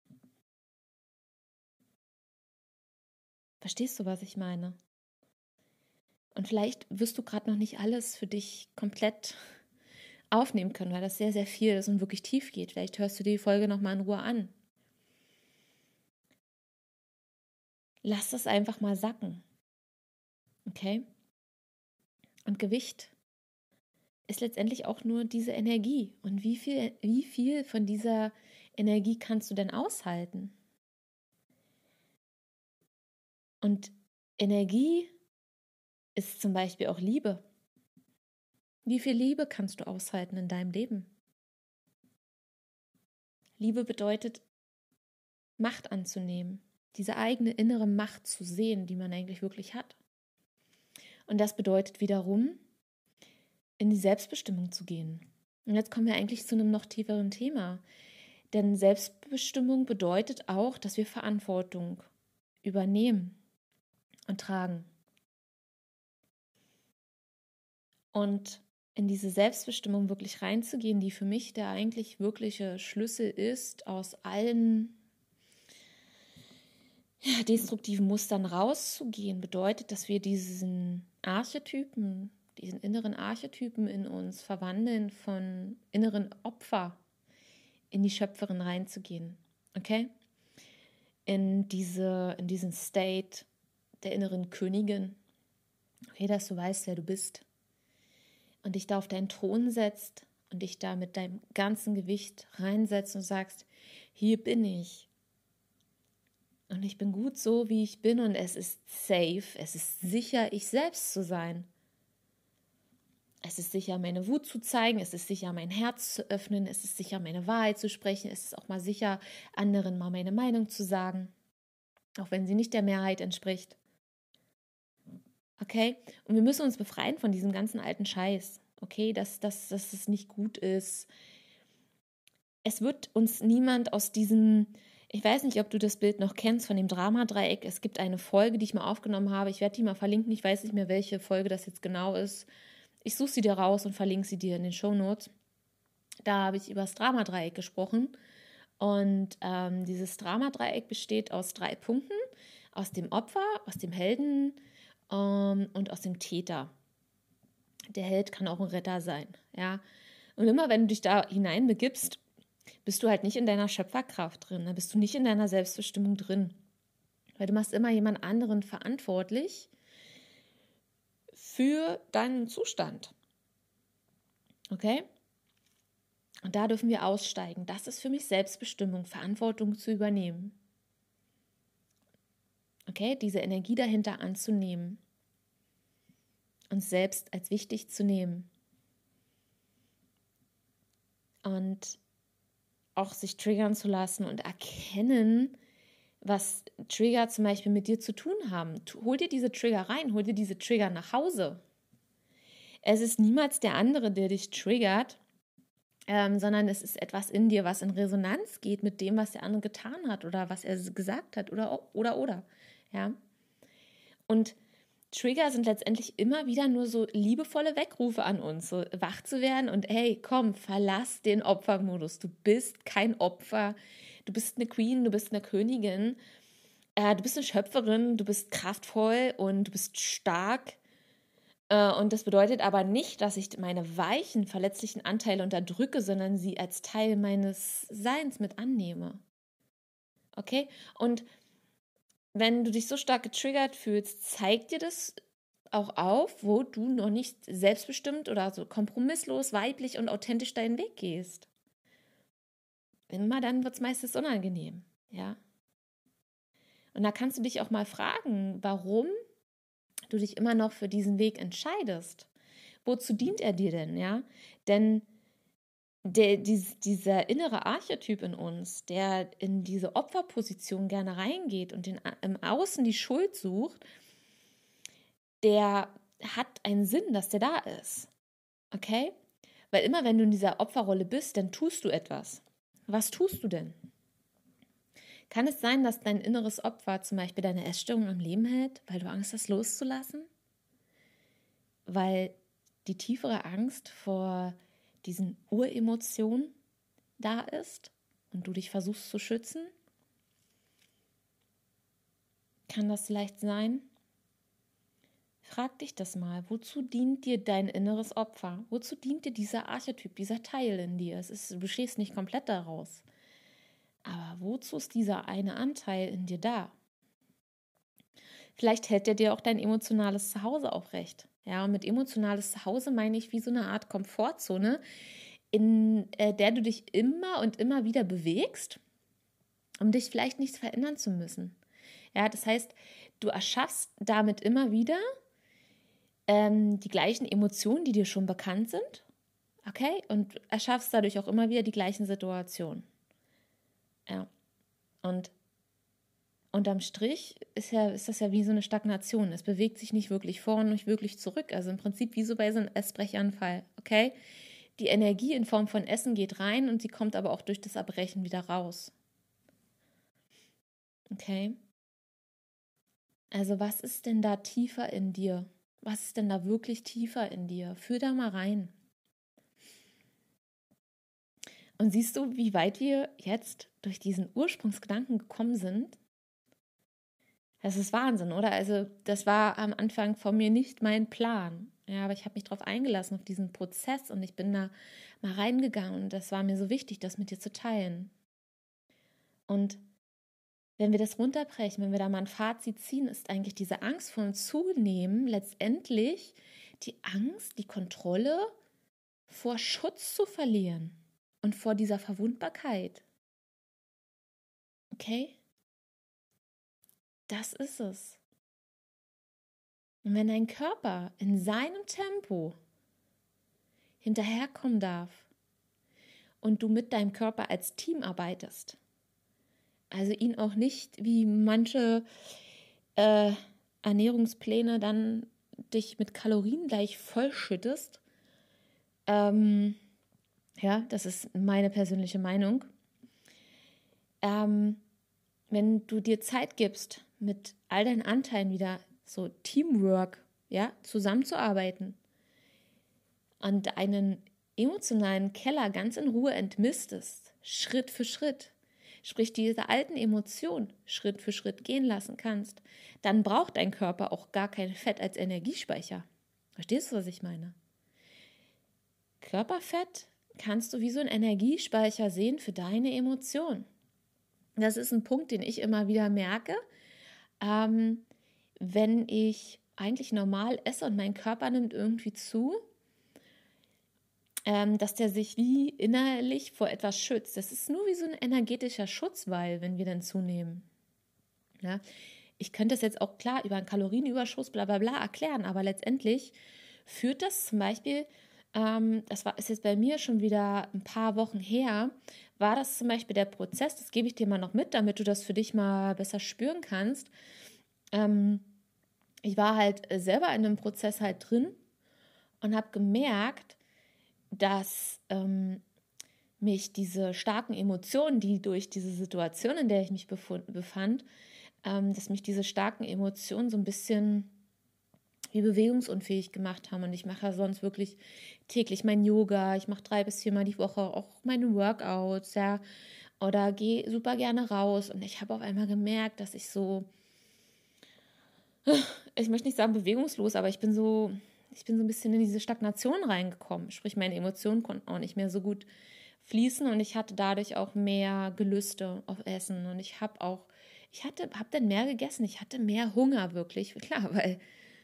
A: Verstehst du, was ich meine? Und vielleicht wirst du gerade noch nicht alles für dich komplett aufnehmen können, weil das sehr, sehr viel ist und wirklich tief geht. Vielleicht hörst du die Folge nochmal in Ruhe an. Lass das einfach mal sacken. Okay? Und Gewicht ist letztendlich auch nur diese Energie. Und wie viel von dieser Energie kannst du denn aushalten? Und Energie ist zum Beispiel auch Liebe. Wie viel Liebe kannst du aushalten in deinem Leben? Liebe bedeutet, Macht anzunehmen, diese eigene innere Macht zu sehen, die man eigentlich wirklich hat. Und das bedeutet wiederum, in die Selbstbestimmung zu gehen. Und jetzt kommen wir eigentlich zu einem noch tieferen Thema. Denn Selbstbestimmung bedeutet auch, dass wir Verantwortung übernehmen und tragen. Und in diese Selbstbestimmung wirklich reinzugehen, die für mich der eigentlich wirkliche Schlüssel ist, aus allen destruktiven Mustern rauszugehen, bedeutet, dass wir diesen inneren Archetypen in uns verwandeln, von inneren Opfer in die Schöpferin reinzugehen. Okay? In diesen State der inneren Königin. Okay, dass du weißt, wer du bist. Und dich da auf deinen Thron setzt und dich da mit deinem ganzen Gewicht reinsetzt und sagst, hier bin ich. Und ich bin gut so, wie ich bin und es ist safe, es ist sicher, ich selbst zu sein. Es ist sicher, meine Wut zu zeigen, es ist sicher, mein Herz zu öffnen, es ist sicher, meine Wahrheit zu sprechen, es ist auch mal sicher, anderen mal meine Meinung zu sagen, auch wenn sie nicht der Mehrheit entspricht. Okay? Und wir müssen uns befreien von diesem ganzen alten Scheiß. Okay? Dass es nicht gut ist. Es wird uns niemand aus diesem, ich weiß nicht, ob du das Bild noch kennst von dem Dramadreieck. Es gibt eine Folge, die ich mal aufgenommen habe. Ich werde die mal verlinken. Ich weiß nicht mehr, welche Folge das jetzt genau ist. Ich suche sie dir raus und verlinke sie dir in den Shownotes. Da habe ich über das Dramadreieck gesprochen. Und dieses Dramadreieck besteht aus 3 Punkten. Aus dem Opfer, aus dem Helden und aus dem Täter. Der Held kann auch ein Retter sein, ja. Und immer wenn du dich da hineinbegibst, bist du halt nicht in deiner Schöpferkraft drin, da bist du nicht in deiner Selbstbestimmung drin. Weil du machst immer jemand anderen verantwortlich für deinen Zustand. Okay? Und da dürfen wir aussteigen. Das ist für mich Selbstbestimmung, Verantwortung zu übernehmen. Okay, diese Energie dahinter anzunehmen. Uns selbst als wichtig zu nehmen. Und auch sich triggern zu lassen und erkennen, was Trigger zum Beispiel mit dir zu tun haben. Hol dir diese Trigger rein, hol dir diese Trigger nach Hause. Es ist niemals der andere, der dich triggert, sondern es ist etwas in dir, was in Resonanz geht mit dem, was der andere getan hat oder was er gesagt hat oder. Ja? Und Trigger sind letztendlich immer wieder nur so liebevolle Wegrufe an uns, so wach zu werden und hey, komm, verlass den Opfermodus. Du bist kein Opfer, du bist eine Queen, du bist eine Königin, du bist eine Schöpferin, du bist kraftvoll und du bist stark. Und das bedeutet aber nicht, dass ich meine weichen, verletzlichen Anteile unterdrücke, sondern sie als Teil meines Seins mit annehme. Okay? Und wenn du dich so stark getriggert fühlst, zeigt dir das auch auf, wo du noch nicht selbstbestimmt oder so kompromisslos, weiblich und authentisch deinen Weg gehst. Immer dann wird es meistens unangenehm, ja. Und da kannst du dich auch mal fragen, warum du dich immer noch für diesen Weg entscheidest. Wozu dient er dir denn, ja? Denn dieser innere Archetyp in uns, der in diese Opferposition gerne reingeht und im Außen die Schuld sucht, der hat einen Sinn, dass der da ist. Okay? Weil immer wenn du in dieser Opferrolle bist, dann tust du etwas. Was tust du denn? Kann es sein, dass dein inneres Opfer zum Beispiel deine Essstörung am Leben hält, weil du Angst hast, loszulassen? Weil die tiefere Angst vor diesen Uremotionen da ist und du dich versuchst zu schützen? Kann das vielleicht sein? Frag dich das mal. Wozu dient dir dein inneres Opfer? Wozu dient dir dieser Archetyp, dieser Teil in dir? Du bestehst nicht komplett daraus. Aber wozu ist dieser eine Anteil in dir da? Vielleicht hält er dir auch dein emotionales Zuhause aufrecht. Ja, und mit emotionales Zuhause meine ich wie so eine Art Komfortzone, in der du dich immer und immer wieder bewegst, um dich vielleicht nicht verändern zu müssen. Ja, das heißt, du erschaffst damit immer wieder die gleichen Emotionen, die dir schon bekannt sind, okay, und erschaffst dadurch auch immer wieder die gleichen Situationen. Ja, und unterm Strich ist das ja wie so eine Stagnation. Es bewegt sich nicht wirklich vor und nicht wirklich zurück. Also im Prinzip wie so bei so einem Essbrechanfall, okay? Die Energie in Form von Essen geht rein und sie kommt aber auch durch das Erbrechen wieder raus. Okay? Also was ist denn da tiefer in dir? Was ist denn da wirklich tiefer in dir? Fühl da mal rein. Und siehst du, wie weit wir jetzt durch diesen Ursprungsgedanken gekommen sind? Das ist Wahnsinn, oder? Also das war am Anfang von mir nicht mein Plan. Ja, aber ich habe mich darauf eingelassen, auf diesen Prozess und ich bin da mal reingegangen und das war mir so wichtig, das mit dir zu teilen. Und wenn wir das runterbrechen, wenn wir da mal ein Fazit ziehen, ist eigentlich diese Angst vor dem Zunehmen letztendlich die Angst, die Kontrolle vor Schutz zu verlieren und vor dieser Verwundbarkeit. Okay? Das ist es. Und wenn dein Körper in seinem Tempo hinterherkommen darf und du mit deinem Körper als Team arbeitest, also ihn auch nicht wie manche Ernährungspläne dann dich mit Kalorien gleich vollschüttest, ja, das ist meine persönliche Meinung, wenn du dir Zeit gibst, mit all deinen Anteilen wieder so Teamwork, ja, zusammenzuarbeiten und einen emotionalen Keller ganz in Ruhe entmistest, Schritt für Schritt, sprich diese alten Emotionen Schritt für Schritt gehen lassen kannst, dann braucht dein Körper auch gar kein Fett als Energiespeicher. Verstehst du, was ich meine? Körperfett kannst du wie so ein Energiespeicher sehen für deine Emotionen. Das ist ein Punkt, den ich immer wieder merke, wenn ich eigentlich normal esse und mein Körper nimmt irgendwie zu, dass der sich wie innerlich vor etwas schützt. Das ist nur wie so ein energetischer Schutzwall, wenn wir dann zunehmen. Ja? Ich könnte das jetzt auch klar über einen Kalorienüberschuss bla bla bla erklären, aber letztendlich führt das zum Beispiel ist jetzt bei mir schon wieder ein paar Wochen her, war das zum Beispiel der Prozess, das gebe ich dir mal noch mit, damit du das für dich mal besser spüren kannst. Ich war halt selber in einem Prozess halt drin und habe gemerkt, dass mich diese starken Emotionen, die durch diese Situation, in der ich mich befand, dass mich diese starken Emotionen so ein bisschen wie bewegungsunfähig gemacht haben. Und ich mache ja sonst wirklich täglich mein Yoga. Ich mache 3 bis 4 Mal die Woche auch meine Workouts, ja, oder gehe super gerne raus. Und ich habe auf einmal gemerkt, dass ich so, ich möchte nicht sagen bewegungslos, aber ich bin so ein bisschen in diese Stagnation reingekommen. Sprich, meine Emotionen konnten auch nicht mehr so gut fließen und ich hatte dadurch auch mehr Gelüste auf Essen. Und habe dann mehr gegessen. Ich hatte mehr Hunger wirklich, klar, weil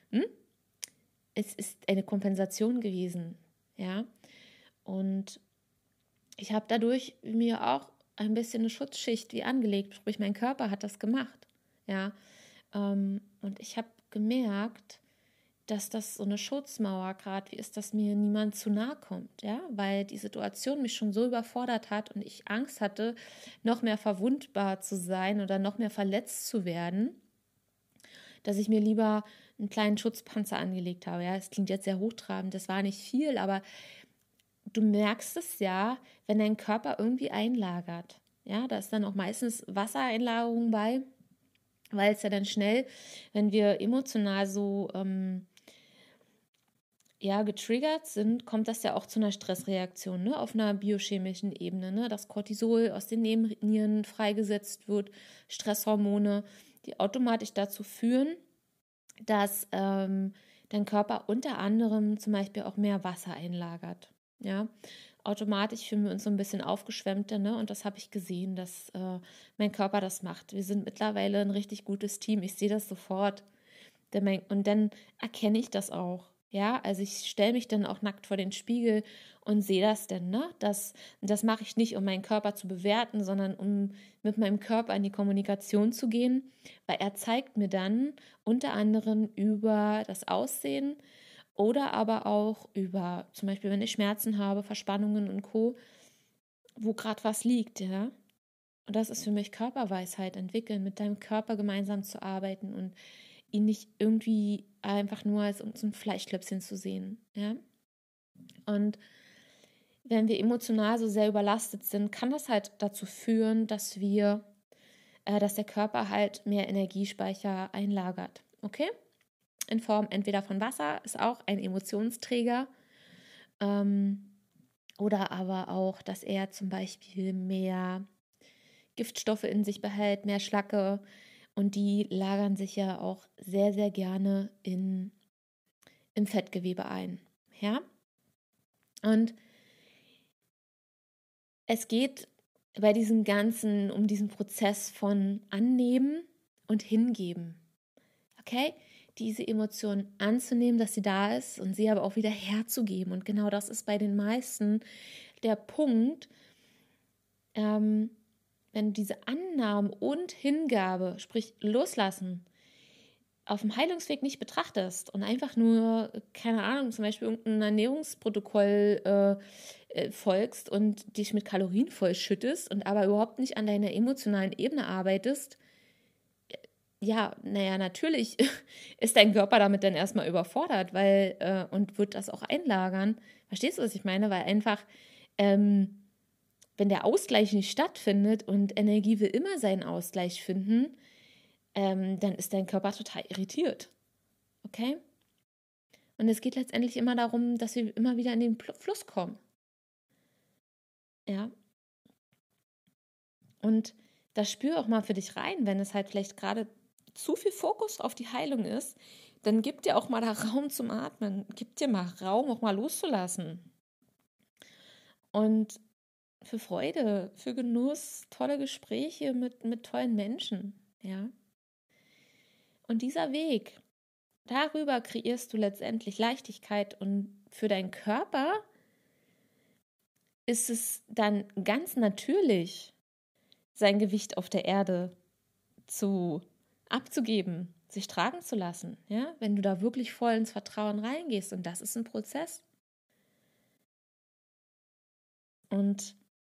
A: es ist eine Kompensation gewesen, ja. Und ich habe dadurch mir auch ein bisschen eine Schutzschicht wie angelegt, sprich mein Körper hat das gemacht, ja. Und ich habe gemerkt, dass das so eine Schutzmauer gerade wie ist, dass mir niemand zu nahe kommt, ja, weil die Situation mich schon so überfordert hat und ich Angst hatte, noch mehr verwundbar zu sein oder noch mehr verletzt zu werden, dass ich mir lieber einen kleinen Schutzpanzer angelegt habe. Ja, es klingt jetzt sehr hochtrabend, das war nicht viel, aber du merkst es ja, wenn dein Körper irgendwie einlagert. Ja, da ist dann auch meistens Wassereinlagerung bei, weil es ja dann schnell, wenn wir emotional so getriggert sind, kommt das ja auch zu einer Stressreaktion, ne, auf einer biochemischen Ebene, ne, dass Cortisol aus den Nebennieren freigesetzt wird, Stresshormone, die automatisch dazu führen, dass dein Körper unter anderem zum Beispiel auch mehr Wasser einlagert. Ja, automatisch fühlen wir uns so ein bisschen aufgeschwemmter, ne? Und das habe ich gesehen, dass mein Körper das macht. Wir sind mittlerweile ein richtig gutes Team. Ich sehe das sofort. Und dann erkenne ich das auch. Ja, also ich stelle mich dann auch nackt vor den Spiegel und sehe das dann, ne? Das mache ich nicht, um meinen Körper zu bewerten, sondern um mit meinem Körper in die Kommunikation zu gehen, weil er zeigt mir dann unter anderem über das Aussehen oder aber auch über, zum Beispiel, wenn ich Schmerzen habe, Verspannungen und Co., wo gerade was liegt, ja. Und das ist für mich Körperweisheit, entwickeln, mit deinem Körper gemeinsam zu arbeiten und ihn nicht irgendwie einfach nur als so ein Fleischklöpfchen zu sehen, ja. Und wenn wir emotional so sehr überlastet sind, kann das halt dazu führen, dass der Körper halt mehr Energiespeicher einlagert, okay? In Form entweder von Wasser, ist auch ein Emotionsträger, oder aber auch, dass er zum Beispiel mehr Giftstoffe in sich behält, mehr Schlacke, und die lagern sich ja auch sehr, sehr gerne im Fettgewebe ein. Ja? Und es geht bei diesem Ganzen um diesen Prozess von Annehmen und Hingeben. Okay? Diese Emotion anzunehmen, dass sie da ist und sie aber auch wieder herzugeben. Und genau das ist bei den meisten der Punkt, wenn du diese Annahme und Hingabe, sprich Loslassen, auf dem Heilungsweg nicht betrachtest und einfach nur, keine Ahnung, zum Beispiel irgendein Ernährungsprotokoll folgst und dich mit Kalorien vollschüttest und aber überhaupt nicht an deiner emotionalen Ebene arbeitest, ja, naja, natürlich ist dein Körper damit dann erstmal überfordert, und wird das auch einlagern. Verstehst du, was ich meine? Weil einfach, wenn der Ausgleich nicht stattfindet und Energie will immer seinen Ausgleich finden, dann ist dein Körper total irritiert. Okay? Und es geht letztendlich immer darum, dass wir immer wieder in den Fluss kommen. Ja. Und das spür auch mal für dich rein, wenn es halt vielleicht gerade zu viel Fokus auf die Heilung ist, dann gib dir auch mal da Raum zum Atmen. Gib dir mal Raum, auch mal loszulassen. Und für Freude, für Genuss, tolle Gespräche mit tollen Menschen. Ja. Und dieser Weg, darüber kreierst du letztendlich Leichtigkeit, und für deinen Körper ist es dann ganz natürlich, sein Gewicht auf der Erde abzugeben, sich tragen zu lassen, ja, wenn du da wirklich voll ins Vertrauen reingehst, und das ist ein Prozess. Und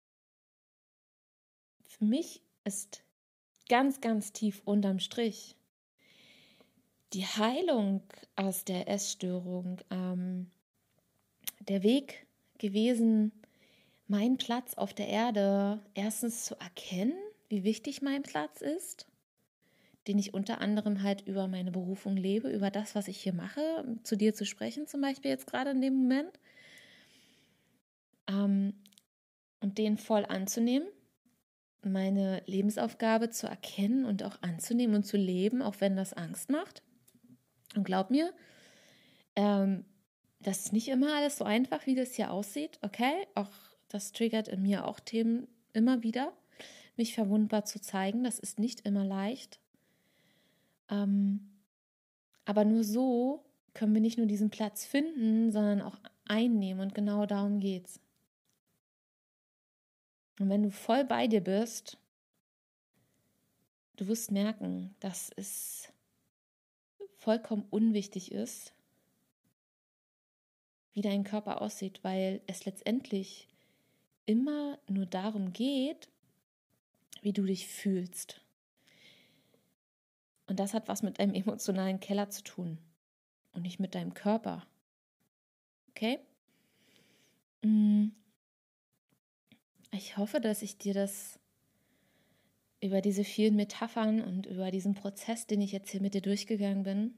A: für mich ist ganz, ganz tief unterm Strich die Heilung aus der Essstörung der Weg gewesen, meinen Platz auf der Erde erstens zu erkennen, wie wichtig mein Platz ist, den ich unter anderem halt über meine Berufung lebe, über das, was ich hier mache, zu dir zu sprechen zum Beispiel jetzt gerade in dem Moment, und den voll anzunehmen, meine Lebensaufgabe zu erkennen und auch anzunehmen und zu leben, auch wenn das Angst macht. Und glaub mir, das ist nicht immer alles so einfach, wie das hier aussieht, okay? Auch das triggert in mir auch Themen immer wieder, mich verwundbar zu zeigen. Das ist nicht immer leicht. Aber nur so können wir nicht nur diesen Platz finden, sondern auch einnehmen. Und genau darum geht's. Und wenn du voll bei dir bist, du wirst merken, dass es vollkommen unwichtig ist, wie dein Körper aussieht, weil es letztendlich immer nur darum geht, wie du dich fühlst. Und das hat was mit deinem emotionalen Keller zu tun und nicht mit deinem Körper. Okay? Ich hoffe, dass ich dir das über diese vielen Metaphern und über diesen Prozess, den ich jetzt hier mit dir durchgegangen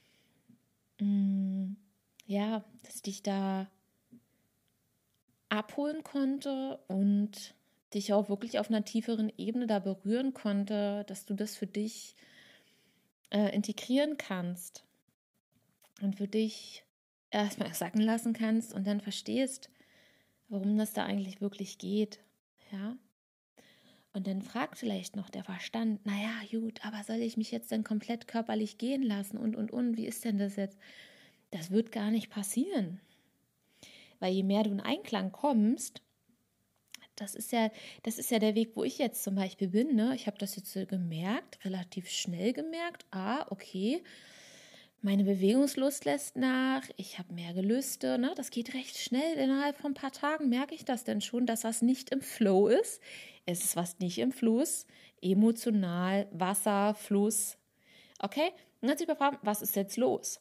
A: bin, ja, dass ich dich da abholen konnte und dich auch wirklich auf einer tieferen Ebene da berühren konnte, dass du das für dich integrieren kannst und für dich erstmal sacken lassen kannst und dann verstehst, worum das da eigentlich wirklich geht, ja. Und dann fragt vielleicht noch der Verstand, naja, gut, aber soll ich mich jetzt dann komplett körperlich gehen lassen und, wie ist denn das jetzt? Das wird gar nicht passieren. Weil je mehr du in Einklang kommst, das ist ja der Weg, wo ich jetzt zum Beispiel bin, ne? Ich habe das jetzt gemerkt, relativ schnell gemerkt, okay, meine Bewegungslust lässt nach, ich habe mehr Gelüste, ne? Das geht recht schnell, innerhalb von ein paar Tagen merke ich das denn schon, dass das nicht im Flow ist. Es ist was nicht im Fluss, emotional, Wasser, Fluss, okay? Und dann sich fragen, was ist jetzt los?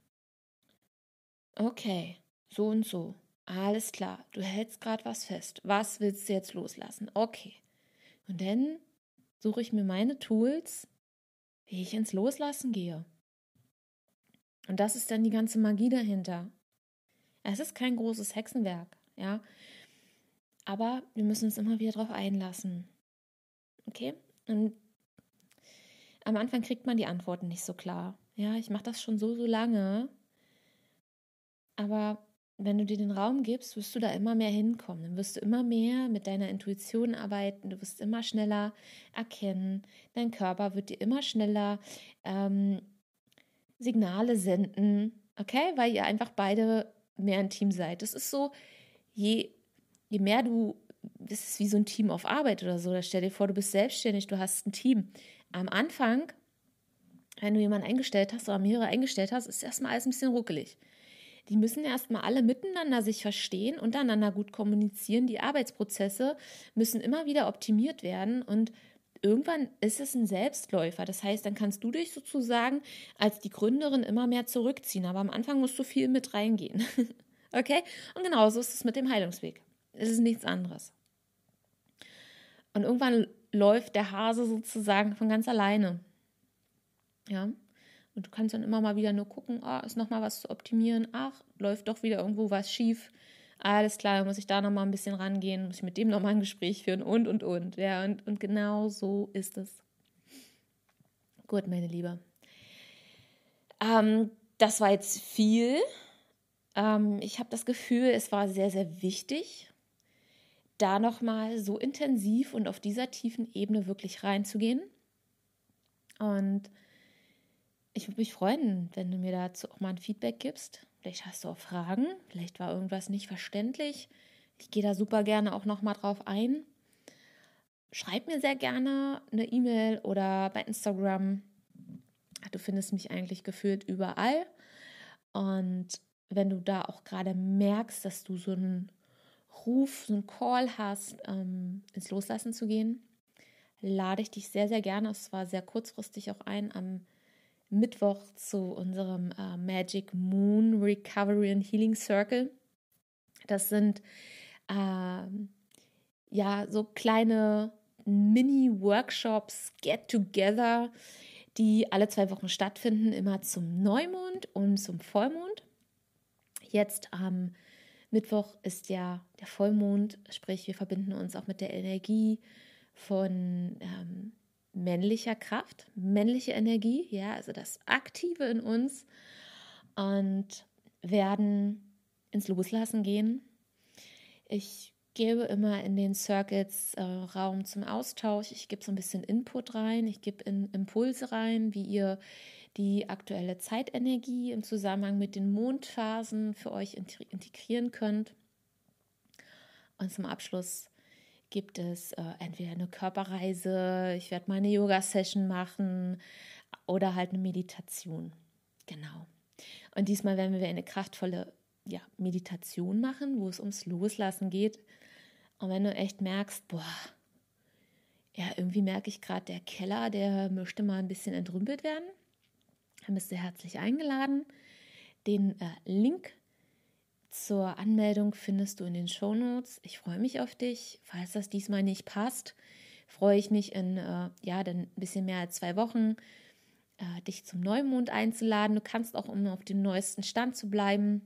A: Okay, so und so. Alles klar, du hältst gerade was fest. Was willst du jetzt loslassen? Okay. Und dann suche ich mir meine Tools, wie ich ins Loslassen gehe. Und das ist dann die ganze Magie dahinter. Es ist kein großes Hexenwerk, ja. Aber wir müssen uns immer wieder darauf einlassen. Okay? Und am Anfang kriegt man die Antworten nicht so klar. Ja, ich mache das schon so lange. Aber wenn du dir den Raum gibst, wirst du da immer mehr hinkommen. Dann wirst du immer mehr mit deiner Intuition arbeiten. Du wirst immer schneller erkennen. Dein Körper wird dir immer schneller Signale senden. Okay? Weil ihr einfach beide mehr ein Team seid. Das ist so, je mehr du, das ist wie so ein Team auf Arbeit oder so. Da stell dir vor, du bist selbstständig, du hast ein Team. Am Anfang, wenn du jemanden eingestellt hast oder mehrere eingestellt hast, ist erstmal alles ein bisschen ruckelig. Die müssen erstmal alle miteinander sich verstehen, untereinander gut kommunizieren. Die Arbeitsprozesse müssen immer wieder optimiert werden und irgendwann ist es ein Selbstläufer. Das heißt, dann kannst du dich sozusagen als die Gründerin immer mehr zurückziehen. Aber am Anfang musst du viel mit reingehen. Okay? Und genauso ist es mit dem Heilungsweg. Es ist nichts anderes. Und irgendwann läuft der Hase sozusagen von ganz alleine. Ja? Und du kannst dann immer mal wieder nur gucken, ist noch mal was zu optimieren. Ach, läuft doch wieder irgendwo was schief. Alles klar, dann muss ich da noch mal ein bisschen rangehen, muss ich mit dem noch mal ein Gespräch führen und. Ja, und genau so ist es. Gut, meine Liebe. Das war jetzt viel. Ich habe das Gefühl, es war sehr, sehr wichtig, da noch mal so intensiv und auf dieser tiefen Ebene wirklich reinzugehen. Und ich würde mich freuen, wenn du mir dazu auch mal ein Feedback gibst. Vielleicht hast du auch Fragen, vielleicht war irgendwas nicht verständlich. Ich gehe da super gerne auch noch mal drauf ein. Schreib mir sehr gerne eine E-Mail oder bei Instagram. Du findest mich eigentlich gefühlt überall. Und wenn du da auch gerade merkst, dass du so einen Ruf, so einen Call hast, ins Loslassen zu gehen, lade ich dich sehr, sehr gerne, es war sehr kurzfristig auch ein, am Mittwoch zu unserem Magic Moon Recovery and Healing Circle. Das sind so kleine Mini-Workshops, Get-Together, die alle 2 Wochen stattfinden, immer zum Neumond und zum Vollmond. Jetzt am Mittwoch ist ja der Vollmond, sprich wir verbinden uns auch mit der Energie von männlicher Kraft, männliche Energie, ja, also das Aktive in uns, und werden ins Loslassen gehen. Ich gebe immer in den Circuits Raum zum Austausch. Ich gebe so ein bisschen Input rein, ich gebe Impulse rein, wie ihr die aktuelle Zeitenergie im Zusammenhang mit den Mondphasen für euch integrieren könnt. Und zum Abschluss gibt es entweder eine Körperreise, ich werde mal eine Yoga-Session machen oder halt eine Meditation. Genau. Und diesmal werden wir eine kraftvolle Meditation machen, wo es ums Loslassen geht. Und wenn du echt merkst, irgendwie merke ich gerade, der Keller, der möchte mal ein bisschen entrümpelt werden, dann bist du herzlich eingeladen. Den Link zur Anmeldung findest du in den Shownotes. Ich freue mich auf dich. Falls das diesmal nicht passt, freue ich mich in dann ein bisschen mehr als 2 Wochen, dich zum Neumond einzuladen. Du kannst auch, um auf dem neuesten Stand zu bleiben,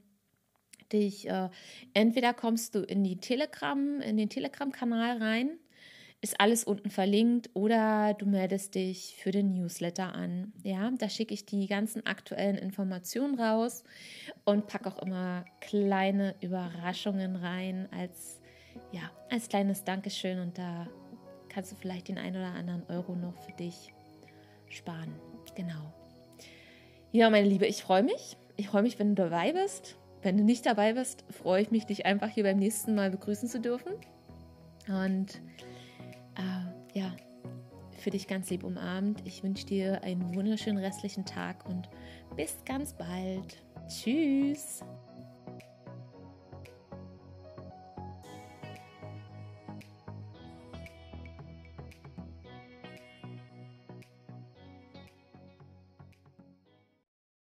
A: entweder kommst du in den Telegram-Kanal rein, ist alles unten verlinkt, oder du meldest dich für den Newsletter an. Ja, da schicke ich die ganzen aktuellen Informationen raus und packe auch immer kleine Überraschungen rein als kleines Dankeschön, und da kannst du vielleicht den einen oder anderen Euro noch für dich sparen. Genau. Ja, meine Liebe, ich freue mich. Ich freue mich, wenn du dabei bist. Wenn du nicht dabei bist, freue ich mich, dich einfach hier beim nächsten Mal begrüßen zu dürfen. Und für dich ganz lieb umarmt. Ich wünsche dir einen wunderschönen restlichen Tag und bis ganz bald. Tschüss.